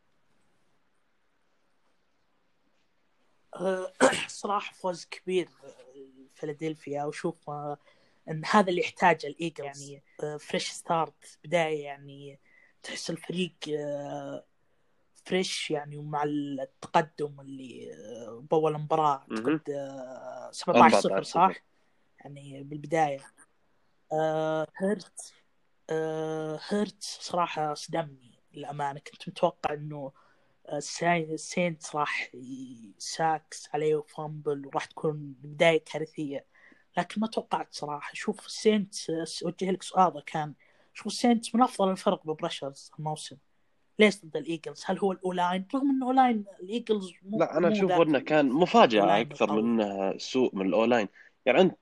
صراحة فوز كبير فيلادلفيا، وشوف ان هذا اللي يحتاجه الايجلز. يعني فريش ستارت، بداية يعني تحس الفريق فريش يعني، ومع التقدم اللي بأول مباراة أعتقد 17-0 صح؟ يعني بالبداية هيرتز صراحة صدمني للأمانة. كنت متوقع إنه السينت راح يساكس عليه وفامبل وراح تكون بداية كارثية، لكن ما توقعت صراحة. شوف السينت، أوجه لك سؤال كان، شوف السينت من أفضل الفرق ببرشرز الموسم، ليش ضد الإيجلز؟ هل هو الأولاين؟ رغم إنه أولاين الإيجلز لا انا مو اشوف ذاك انه كان مفاجاه الأولاين اكثر من القوي. انها سوء من الاولاين. يعني انت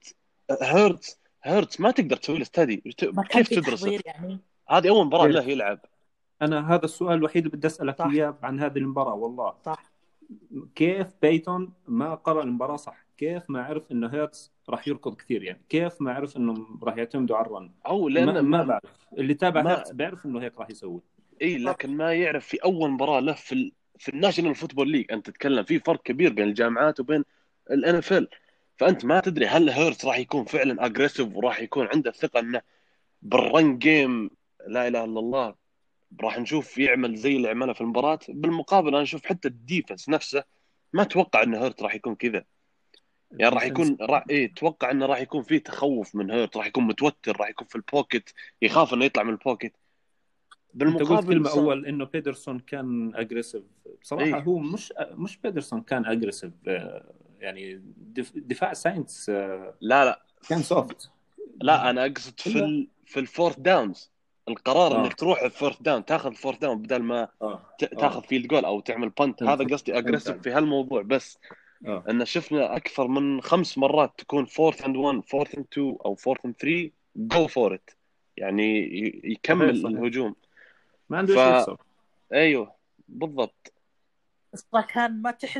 هيرتز ما تقدر تسوي له ستدي، ما كان كيف في تدرسه؟ تحضير يعني. هذه اول مباراه له كيف؟ يلعب. انا هذا السؤال الوحيد اللي بدي اسالك صح اياه عن هذه المباراه والله. صح. كيف بيتون ما قرأ المباراة صح؟ كيف ما عرف انه هيرتز راح يركض كثير؟ يعني كيف ما عرف انه راح يعتمدوا على الرن؟ او ما, لان ما بعرف. اللي تابع هيرتز ما بيعرف انه هيك راح يسوي. اي لكن ما يعرف في اول مباراه له في الناشونال فوتبول ليج. انت تتكلم في فرق كبير بين الجامعات وبين الان اف ال. فانت ما تدري هل هيرتز راح يكون فعلا اجريسيف وراح يكون عنده ثقه انه بالرن جيم لا اله الا الله راح نشوف يعمل زي اللي عمله في المباراه. بالمقابل انا اشوف حتى الديفنس نفسه ما اتوقع ان هيرت راح يكون كذا. يعني راح الديفنس. يكون اتوقع انه راح يكون فيه تخوف من هيرت، راح يكون متوتر، راح يكون في البوكيت يخاف انه يطلع من البوكيت. انت قلت بالمقابل كلمة اول انه بيدرسون كان اجريسيف. بصراحة ايه هو مش بيدرسون كان اجريسيف. يعني دفاع ساينس لا لا كان سوفت. لا انا اقصد الا في الفورث داونز. القرار اه انك تروح الفورث داون، تاخذ الفورث داون بدل ما اه تاخذ فيلد جول او تعمل بنت. هذا قصدي فهمت اجريسيف عليك. في هالموضوع. بس اه ان شفنا اكثر من 5 مرات تكون فورث اند 1 فورث اند 2 او فورث اند 3 جو فور ات، يعني يكمل صحيح صحيح. الهجوم. ما عنده شيء فا يخسر. ايوه بالضبط. بس كان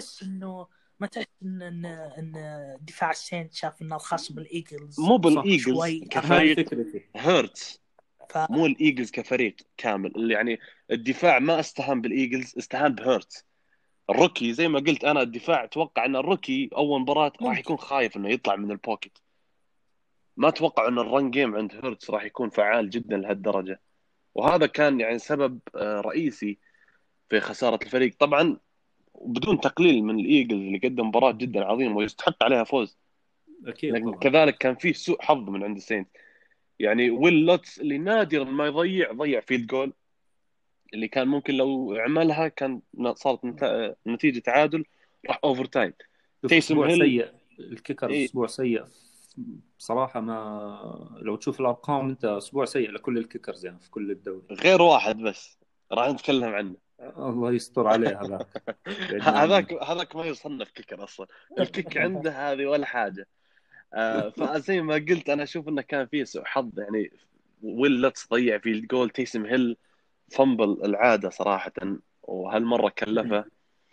ما تحس ان دفاع السينت شاف ان الخاص بالايجلز مو صح. بالايجلز شوي هذه كفريق، فكرتي. هيرتس. ف مو الايجلز كفريق كامل اللي يعني الدفاع ما استهان بالايجلز، استهان بهيرتس الروكي. زي ما قلت انا الدفاع اتوقع ان الروكي اول مباراه راح ممكن. يكون خايف انه يطلع من البوكيت. ما اتوقع ان الرن جيم عند هيرتس راح يكون فعال جدا لهالدرجه. وهذا كان يعني سبب رئيسي في خساره الفريق طبعا، بدون تقليل من الايجلز اللي قدم مباراه جدا عظيمه ويستحق عليها فوز. اكيد لكن طبعا. كذلك كان فيه سوء حظ من عند السينت. يعني ويل لوتس اللي نادرا ما ضيع فيلد جول اللي كان ممكن لو عملها كان صارت نتيجه تعادل، راح اوفر تايم. شوف تيسم اسبوع هيل سيء الكيكرز، إيه اسبوع سيء بصراحه. ما لو تشوف الارقام انت، اسبوع سيء لكل الكيكرز يعني في كل الدوري. غير واحد بس راح نتكلم عنه. الله يستر عليه هذاك. بعدنا عنه. هذاك ما يصنف كيكر اصلا. الكيك عنده هذه ولا حاجه. فزي ما قلت انا اشوف انه كان فيه سوء حظ. يعني ويل لوتس ضيع في الجول، تيسم هيل فنبل العاده صراحه وهالمره كلفه.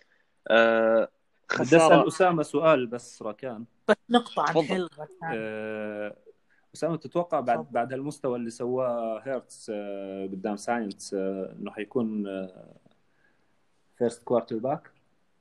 آه بدي اسال خساره. اسامه سؤال بس ركان. بس نقطة عن تفضل. هيل كان. أه... اسامه، تتوقع بعد هالمستوى اللي سواه هيرتس قدام ساينس انه حيكون فيرست كوارتر باك؟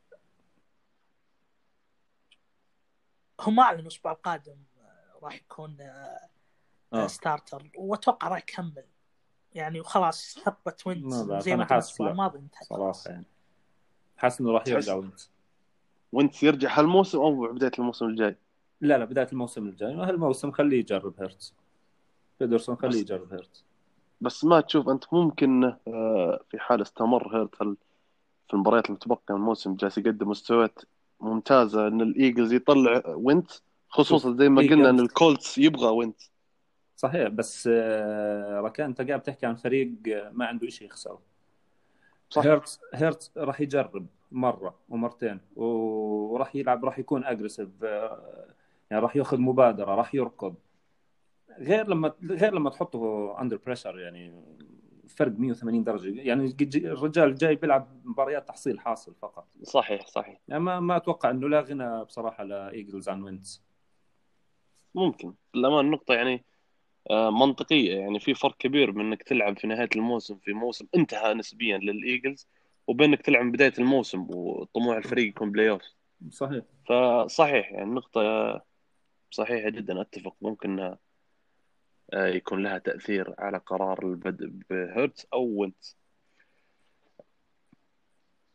هم أعلنوا الأسبوع القادم راح يكون اه ستارتر، وأتوقع راح يكمل يعني، وخلاص حقبة وينت ما بعرف، زي انا ما قلنا حاسس الأسبوع لا الماضي انتهت صراحه خلاص. يعني. حاسس انه راح يرجع تحس وينت. وانت يرجع هالموسم او بدايه الموسم الجاي؟ لا بدايه الموسم الجاي. هالموسم خليه يجرب هيرتس. بيدرسون خليه بس يجرب هيرتس. ما تشوف انت ممكن في حال استمر هيرت في المباريات المتبقيه من الموسم جالس يقدم مستويات ممتازه ان الايجلز يطلع وينت، شوف خصوصا زي ما قلنا ان ايجلز الكولتس يبغى وينت. صحيح، بس ركان انت قاعد بتحكي عن فريق ما عنده شيء يخسره. صح هيرتس راح يجرب مره ومرتين وراح يلعب، راح يكون اجريسيف. يعني راح ياخذ مبادره، راح يركض. غير لما تحطه اندر بريشر يعني. فرق 180 درجه يعني. الرجال جاي بيلعب مباريات تحصيل حاصل فقط. صحيح. يعني ما اتوقع انه لا غنى بصراحه لايجلز عن وينتس. ممكن لما النقطه يعني منطقيه. يعني في فرق كبير بين انك تلعب في نهايه الموسم في موسم انتهى نسبيا للايجلز وبين انك تلعب من بدايه الموسم وطموح الفريق يكون بلاي اوف. صحيح. فصحيح يعني النقطه صحيحه جدا. اتفق ممكن يكون لها تأثير على قرار البدء بهيرتز أو وينتز.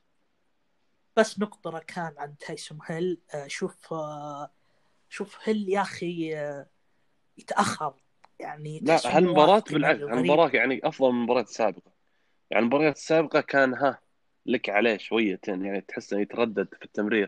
بس نقطة ركان عن تايسون هيل. شوف هيل يا أخي يتأخر، يعني لا، تحس إنه هالمباراة واثق بالعكس، غريب. هالمباراة يعني أفضل من المباراة السابقة. يعني المباراة السابقة كان لك عليه شويتين، يعني تحس إنه يتردد في التمرير.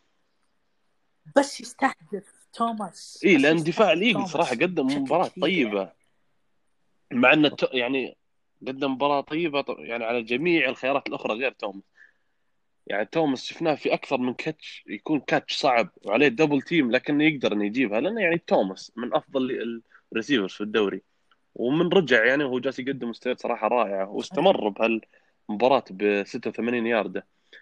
بس يستهدف توماس، إيه، بس لأن دفاع يستهدف الإيجل صراحة توماس قدم بشكل مباراة كثير يعني. طيبة، مع إنه يعني قدم مباراة طيبة يعني على جميع الخيارات الأخرى غير توماس. يعني توماس شفناه في أكثر من كاتش، يكون كاتش صعب وعليه دبل تيم لكنه يقدر إنه يجيبها، لأنه يعني توماس من أفضل الريسيفرز في الدوري. ومن رجع يعني وهو جالس يقدم مستويات صراحة رائعة، واستمر بهالمباراة ب 86 ياردة.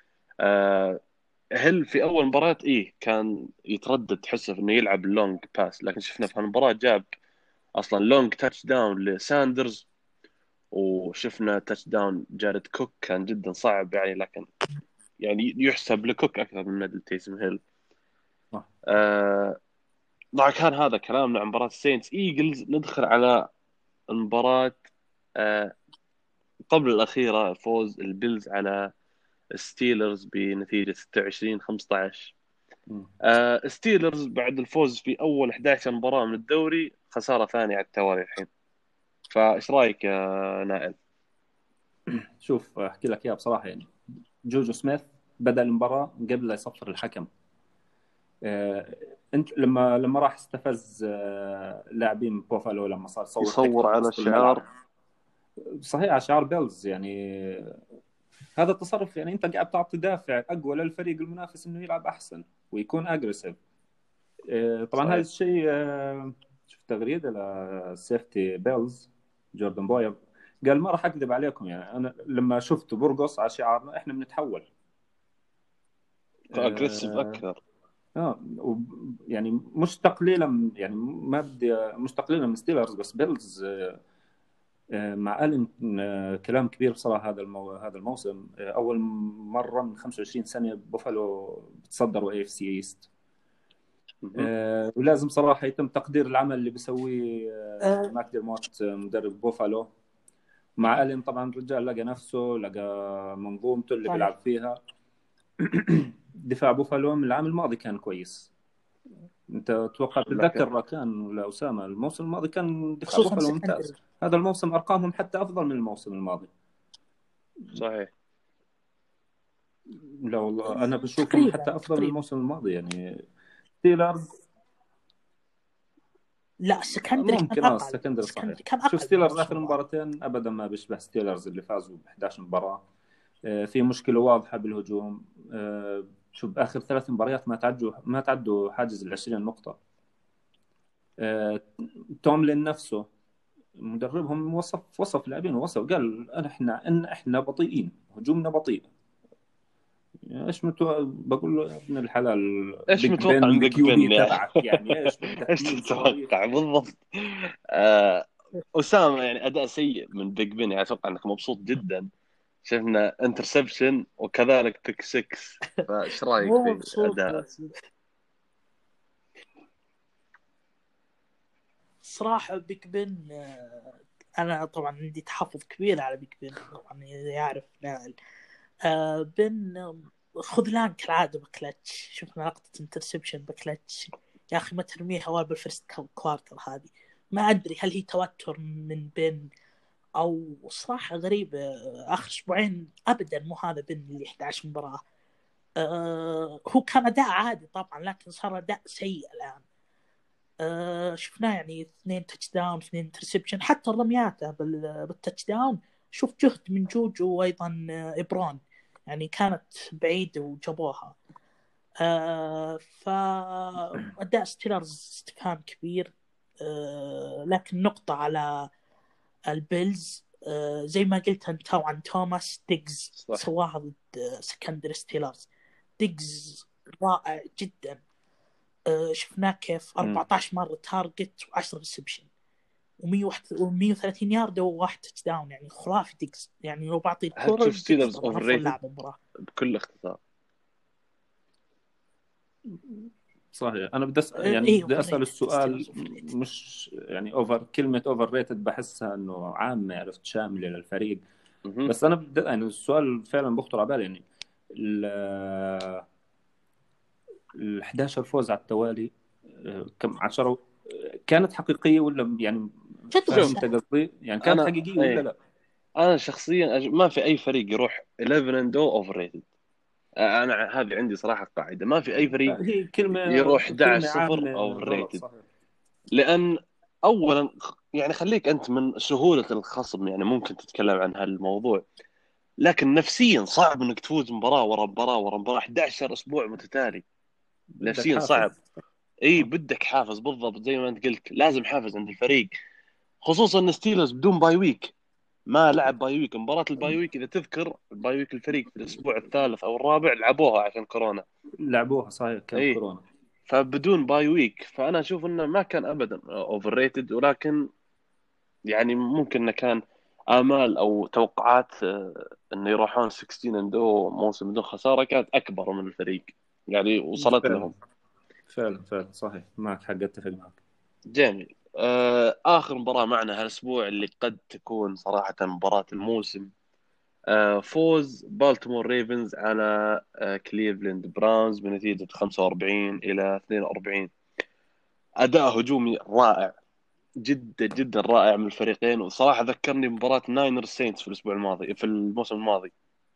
هل في أول مباراة كان يتردد تحسه في إنه يلعب اللونج باس، لكن شفنا في هالمباراة جاب أصلا لونج تاتش داون لساندرز، وشفنا تاتش داون جارد كوك كان جدا صعب يعني، لكن يعني يحسب لكوك أكثر من تيسم هيل. صح. طبعا كان هذا كلامنا عن مباراة السينتس إيجلز. ندخل على المباراة آه، قبل الأخيرة، فوز البيلز على ستيلرز بنتيجة 26-15. ستيلرز بعد الفوز في أول 11 مباراة من الدوري، خسارة ثانية على التوالي الحين. فإيش رأيك يا نائل؟ شوف احكي لك اياها بصراحه، يعني جوجو سميث بدا المباراه قبل لا يصفر الحكم. انت لما راح استفز لاعبين بوفالو لما صار يصور يصور تكتيك على وسط الملعب، الشعار. صحيح على شعار بيلز. يعني هذا التصرف، يعني انت قاعد تعطي دافع اقوى للفريق المنافس انه يلعب احسن ويكون اجريسيف. طبعا هذا صحيح. الشيء شفت تغريده لسيفتي بيلز جوردن بوير، قال ما راح اكذب عليكم، يعني انا لما شفت برقص على شعارنا احنا بنتحول. أجريسيف اه أكثر. يعني مش تقليلا، يعني ما بدي مش تقليلا من ستيلرز، بس بيلز مع ألين كلام كبير بصراحة. هذا الموسم أول مرة من 25 سنة بوفالو بتصدروا اي اف سي ايست. ولازم صراحة يتم تقدير العمل اللي بيسويه ماك ديرموت مدرب بوفالو مع ألين. طبعا الرجال لقى نفسه، لقى منظومته اللي صحيح. بيلعب فيها. دفاع بوفالو من العام الماضي كان كويس. انت تتوقع لكن تتذكر كان ولا اسامه الموسم الماضي كان دفاع خصوصا بوفالو سكندري. ممتاز. هذا الموسم ارقامهم حتى افضل من الموسم الماضي. صحيح. لا والله انا بشوفهم حتى تقريبا افضل من تقريبا. الموسم الماضي. يعني ستيلرز لا سكندري كان ممكن أقل، السكندري صحيح. سكندري كان شوف أقل من ستيلرز الموسم اخر الماضي. مباراتين ابدا ما بيشبه ستيلرز اللي فازوا ب 11 مباراه. في مشكله واضحه بالهجوم. شوف اخر 3 مباريات ما تعدوا حاجز ال 20 نقطه. توملين نفسه مدربهم وصف لاعبين، قال احنا بطيئين، هجومنا بطيء. بقول له يا ابن الحلال، إيش بيج متوقع بن من بيج الكيو بي بن يعني؟ تبعك، يعني ايش بدك إيش مين صواريخ؟ تتوقع بالضبط؟ آه، أسامة يعني أداء سيء من بيج بن، يعني أتوقع أنك مبسوط جدا. شفنا انترسبشن وكذلك بيك 6. فايش رايك مو في مبسوط اداء؟ بس صراحة بيج بن أنا طبعا عندي تحفظ كبير على بيج بن، طبعا يعرف نائل. بن خذلان كالعادة بكلتش. شفنا لقطة انترسبشن بكلتش، يا أخي ما ترميها أول بالفرست كوارتر هذه. ما أدري هل هي توتر من بن أو صراحة غريبة. آخر أسبوعين أبدا مو هذا بن اللي 11 مباراة. هو كان أداء عادي طبعا، لكن صار أداء سيء الآن. شفناه يعني 2 تاتش داون 2 انترسبشن، حتى رمياته بالتاتش داون شوف جهد من جوجو وايضا ابران، يعني كانت بعيده وجابوها. فاداء ستيلرز استفهام كبير. لكن نقطه على البيلز، زي ما قلت انت عن توماس ديجز صح. سواها ضد سكندري ستيلرز. ديجز رائع جدا. شفناه كيف 14 مرة تارجت و10 ريسبشن و130 يارد وواحد تاتش داون، يعني خرافي ديكس. يعني لو بعطي هل الكرة تشوف ديكس ستيلرز طبعا اوفر افضل ريتد لاعب المباراة. بكل اختصار؟ صحيح. انا بدي يعني ايه بدي اوفر اسال ريتد، السؤال، ستيلرز اوفر ريتد. مش يعني كلمه اوفر ريتد بحسها انه عامه، عرفت، شامله للفريق. مهم. بس انا بدي يعني السؤال فعلا بخطر على بالي، يعني ال 11 فوز على التوالي، كم 10 كانت حقيقية ولا يعني جد فاهم شوف انت السنة. قصدي؟ يعني كانت انا حقيقية ولا لا؟ انا شخصيا ما في اي فريق يروح 11 اند اوفر ريتد. انا هذه عندي صراحه قاعده، ما في اي فريق هي كلمة يروح 11 0 عامة اوفر غلط، ريتد. صحيح. لان اولا يعني خليك انت من سهوله الخصم، يعني ممكن تتكلم عن هالموضوع، لكن نفسيا صعب انك تفوز مباراه ورا مباراه ورا مباراه 11 اسبوع متتالي. بدك نفسيا صعب. حافز. اي بدك حافز، بالضبط زي ما انت قلت، لازم حافز عند الفريق. خصوصا ان ستيلرز بدون باي ويك، ما لعب باي ويك. مباراة الباي ويك اذا تذكر، الباي ويك الفريق في الاسبوع الثالث او الرابع لعبوها عشان كورونا. لعبوها صحيح، كانت اي كورونا. فبدون باي ويك، فانا اشوف انه ما كان ابدا اوفر ريتد، ولكن يعني ممكن انه كان امال او توقعات انه يروحون 16 اند او موسم بدون خسارة كانت اكبر من الفريق، يعني وصلت فعلا لهم. فعلا صحيح، معك حق، اتفق معك. جميل. آخر مباراة معنا هالأسبوع اللي قد تكون صراحة مباراة الموسم، فوز بالتيمور ريفنز على كليفلاند براونز بنتيجة 45 إلى 42. أداء هجومي رائع، جدا جدا رائع من الفريقين، وصراحة ذكرني بمباراة ناينر سينتس في الأسبوع الماضي، في الموسم الماضي.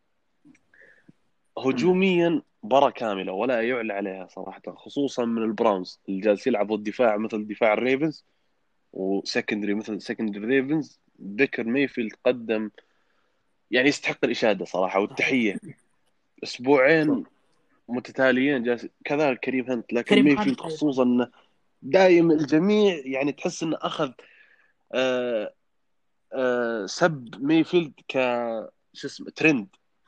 هجوميا مباراة كاملة ولا يعلى عليها صراحة، خصوصا من البراونز اللي جالس يلعب ضد دفاع مثل دفاع الريفنز، وسكندري مثل سكندري ريفنز. بيكر ميفيلد قدم يعني يستحق الإشادة صراحة صحيح. والتحية. صح. أسبوعين متتاليين جالس، كذلك كريم هنت، لكن كريم هانت ميفيلد أيضا. خصوصا انه دايم الجميع يعني تحس انه اخذ آه سب ميفيلد ك شو اسمه ترند.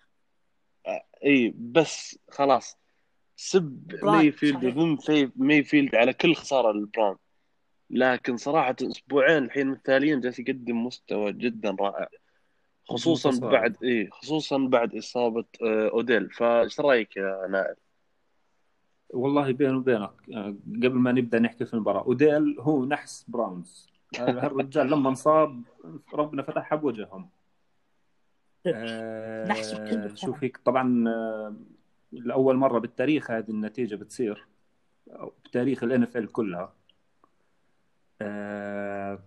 اي بس خلاص، سب براند ميفيلد صحيح. وذم في ميفيلد على كل خسارة للبراون. لكن صراحة اسبوعين الحين متتاليين جالس يقدم مستوى جدا رائع، متصاعد. خصوصا بعد إصابة أوديل. فايش رأيك يا نائل؟ والله بيني وبينك، قبل ما نبدأ نحكي في المباراة، أوديل هو نحس براونز. هالرجال لما انصاب ربنا فتحها بوجههم. نحسه بكل شوف مكان. هيك طبعا، لأول مرة بالتاريخ هذه النتيجة بتصير، أو بتاريخ ال NFL كلها. آه،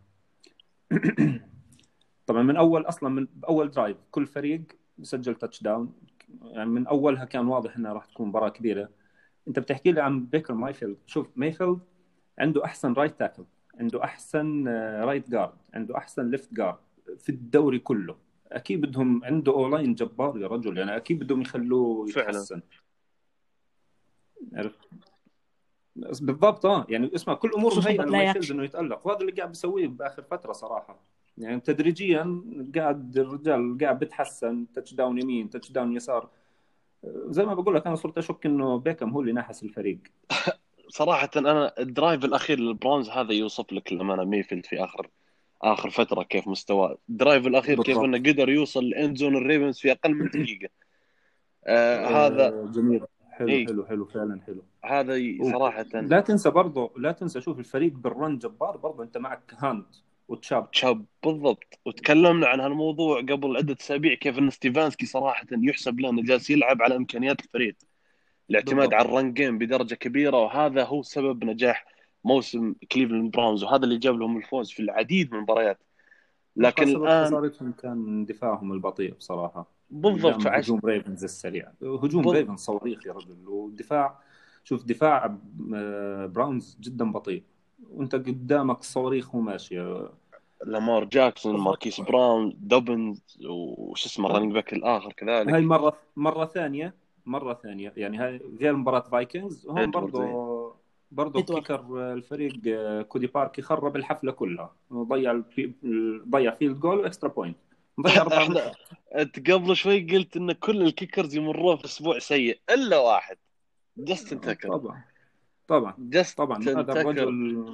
طبعا من أول، أصلا من أول درايف كل فريق سجل تاتش داون. يعني من أولها كان واضح أنها راح تكون مباراة كبيرة. أنت بتحكي لي عن بيكر مايفيلد، شوف مايفيلد عنده أحسن رايت تاكل، عنده أحسن رايت جارد، عنده أحسن ليفت جارد في الدوري كله. أكيد بدهم، عنده أولاين جبار يا رجل، يعني أكيد بدهم يخلوه فعلا. يتحسن. عرفت؟ بالضبط. يعني اسمع، كل امور خصوصا مهيئه بدايات. لمايفيلد انه يتالق، وهذا اللي قاعد بيسويه باخر فتره صراحه. يعني تدريجيا قاعد الرجال قاعد بيتحسن، تاتش داون يمين، تاتش داون يسار. زي ما بقول لك، انا صرت اشك انه بيكم هو اللي نحس الفريق. صراحة أنا الدرايف الأخير للبرونز هذا يوصف لك للأمانة ميفيلد في آخر فترة كيف مستواه. الدرايف الأخير كيف إنه بالضبط. قدر يوصل لإند زون الريفنز في أقل من دقيقة. هذا جميل. حلو إي حلو حلو، فعلا حلو. هذا صراحة. لا تنسى برضه، لا تنسى، شوف الفريق بالرن جبار برضه، انت معك هاند وتشاب. تشاب بالضبط. وتكلمنا عن هالموضوع قبل عدة أسابيع، كيف إن ستيفانسكي صراحة يحسب له إنه جالس يلعب على إمكانيات الفريق، الاعتماد على بالضبط. الرن جيم بدرجة كبيرة، وهذا هو سبب نجاح موسم كليفلاند براونز، وهذا اللي جاب لهم الفوز في العديد من المباريات. لكن سبب الآن خسارتهم كان دفاعهم البطيء بصراحة، بالضبط قدام هجوم ريفنز السريع. هجوم بال... ريفنز صواريخ يا رجل، والدفاع، شوف دفاع براونز جدا بطيء، وانت قدامك صواريخ وماشية. لامار جاكسون، ماركيس بالضبط. براون، دوبنز، وش اسمه الرننج باك الآخر هاي كذلك مرة ثانية يعني، هاي غير مباراة فايكنجز، هون ادواردز. برضو ادوارد. كيكر الفريق كودي باركي خرب الحفلة كلها، ضيع فيلد جول واكسترا بوينت، ضيع اربع احنا نقاط انت قبل شوي قلت ان كل الكيكرز يمرون في اسبوع سيء الا واحد، جاستن تاكر. طبعا طبعا طبعا، جاستن هذا تاكر الرجل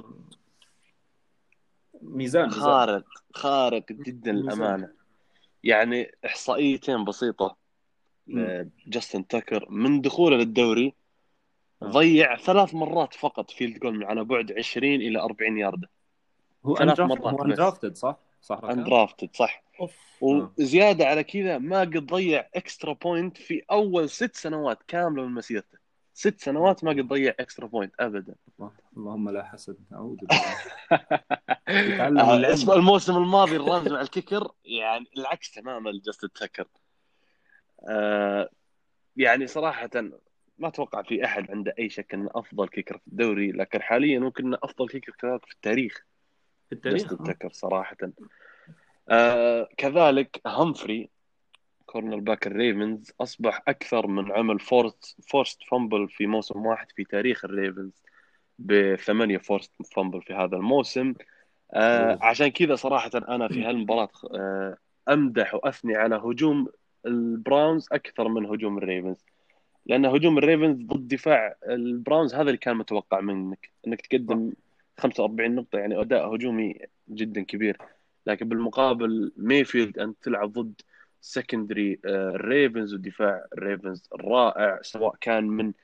ميزان خارق، خارق جدا ميزان. الامانه. يعني احصائيتين بسيطه امم لجاستن تاكر من دخوله للدوري: اه ضيع 3 مرات فقط فيلد جول من على بعد 20 الى 40 ياردة. هو 3 اندرافت، مرات هو بس. اندرافتد، صح ركان. اندرافتد صح. اوف. وزياده على كذا ما قد ضيع اكسترا بوينت في اول 6 سنوات كامله من مسيرته. 6 سنوات ما قد ضيع اكسترا بوينت ابدا. اللهم لا حسد، اعوذ بالله. يتعلم من العلم. الموسم الماضي الرامز مع الكيكر يعني العكس تماما لجاستن تاكر. يعني صراحه ما اتوقع في احد عنده اي شك انه افضل كيكر في الدوري، لكن حاليا ممكن انه افضل كيكر كذلك في التاريخ. في التاريخ جاستن تاكر صراحه. كذلك همفري كورنر باك الريفنز أصبح أكثر من عمل فورست فامبل في موسم واحد في تاريخ الريفنز، ب8 فورست فامبل في هذا الموسم. عشان كذا صراحة أنا في هالمباراة أمدح وأثني على هجوم البراونز أكثر من هجوم الريفنز، لأن هجوم الريفنز ضد دفاع البراونز هذا اللي كان متوقع منك، أنك تقدم 45 نقطة، يعني أداء هجومي جدا كبير. لكن بالمقابل ميفيلد أنت تلعب ضد سكندري الريفنز، ودفاع الريفنز الرائع، سواء كان من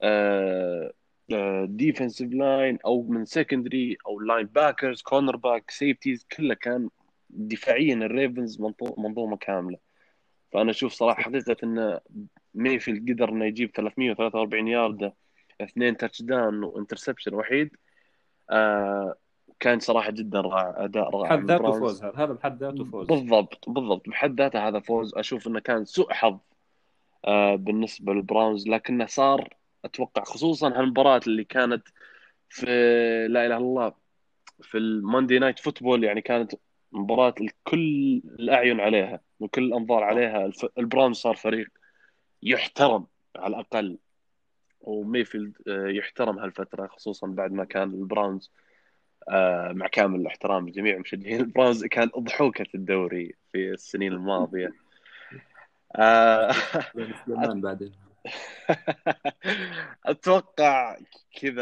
ديفنسيف لاين أو من سكندري أو لاين باكرز كورنر باك سيفتيز، كله كان دفاعيا الريفنز منظومة كاملة. فأنا أشوف صراحة حقيقة أن ميفيلد قدر انه يجيب 343 ياردة، 2 تاتش داون وانترسبشن وحيد. كان صراحة جدا رائع، أداء رائع بحد من ذاته البراونز. فوز، هذا بحد ذاته فوز. بالضبط بحد ذاته هذا فوز. أشوف أنه كان سوء حظ بالنسبة للبراونز، لكنه صار أتوقع خصوصا هالمباراة اللي كانت في لا إله إلا الله في الماندي نايت فوتبول، يعني كانت مباراة الكل الأعين عليها وكل الأنظار عليها. البراونز صار فريق يحترم على الأقل، وميفيلد يحترم هالفترة، خصوصا بعد ما كان البراونز مع كامل الاحترام لجميع مشجعين البراونز كان أضحوكة الدوري في السنين الماضية. سليمان بعدين. أتوقع كذا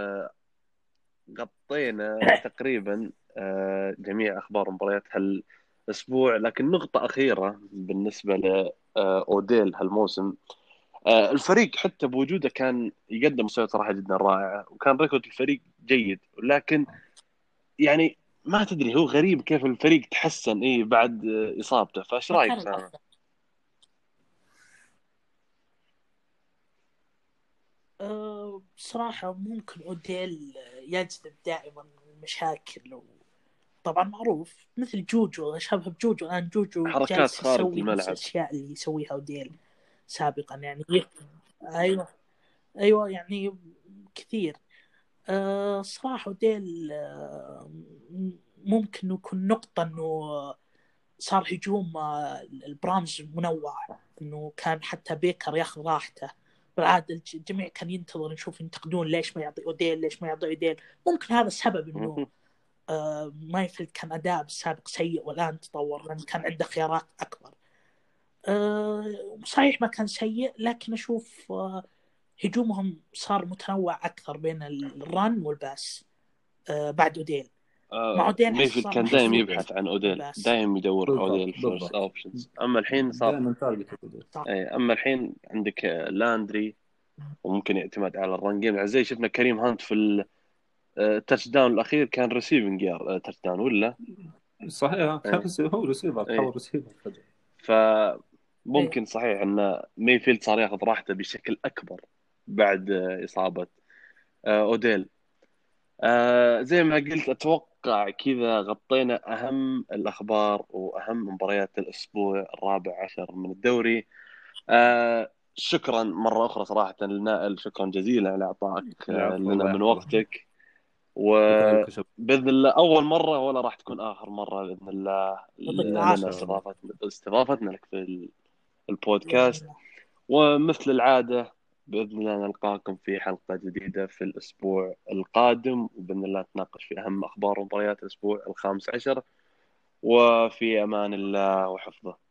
غطينا تقريبا جميع أخبار مباريات هالأسبوع. لكن نقطة أخيرة بالنسبة لأوديل هالموسم، الفريق حتى بوجوده كان يقدم مستوى صراحة جدا رائعة، وكان ريكورد الفريق جيد، لكن يعني ما تدري، هو غريب كيف الفريق تحسن بعد إصابته. فايش ما رأيك كان سامة؟ الافضل. بصراحة ممكن أوديل يجذب دائما المشاكل، طبعا معروف مثل جوجو، شبه بجوجو الآن. جوجو حركات جالس خارج يسوي نفس الملعب. الأشياء اللي يسويها أوديل سابقا يعني. أيوة يعني كثير. صراحة أوديل ممكن يكون نقطة إنه صار هجوم البرامز منوع، إنه كان حتى بيكر ياخذ راحته. بالعادة الجميع كان ينتظر نشوف ينتقدون ليش ما يعطي أوديل، ليش ما يعطي أوديل. ممكن هذا السبب إنه مايفيلد كان أداء بالسابق سيء والآن تطور لأن كان عنده خيارات أكبر. صحيح ما كان سيء، لكن أشوف هجومهم صار متنوع أكثر بين الرن والباس بعد أوديل. مع أوديل ميفيلد كان دائما يبحث عن أوديل، دائما يدور أوديل فيرست أوبشنز. أما الحين صار أما الحين عندك لاندري، وممكن يعتمد على الرن جيم، زي شفنا كريم هانت في التاتش داون الأخير كان ريسيفنج يار تاتش داون ولا صحيح كان هو ريسيفر، تحول ريسيفر فجأة. فممكن صحيح أن ميفيلد صار ياخذ راحته بشكل أكبر بعد إصابة أوديل. زي ما قلت أتوقع كذا غطينا أهم الأخبار وأهم مباريات الأسبوع الرابع عشر من الدوري. شكرا مرة أخرى صراحة لنائل، شكرا جزيلا على إعطائك لنا من وقتك، وبإذن الله أول مرة ولا راح تكون آخر مرة بإذن الله لنا استضافتنا لك في البودكاست. ومثل العادة بإذن الله نلقاكم في حلقة جديدة في الأسبوع القادم، وبإذن الله نتناقش في أهم أخبار ومباريات الأسبوع الخامس عشر. وفي أمان الله وحفظه.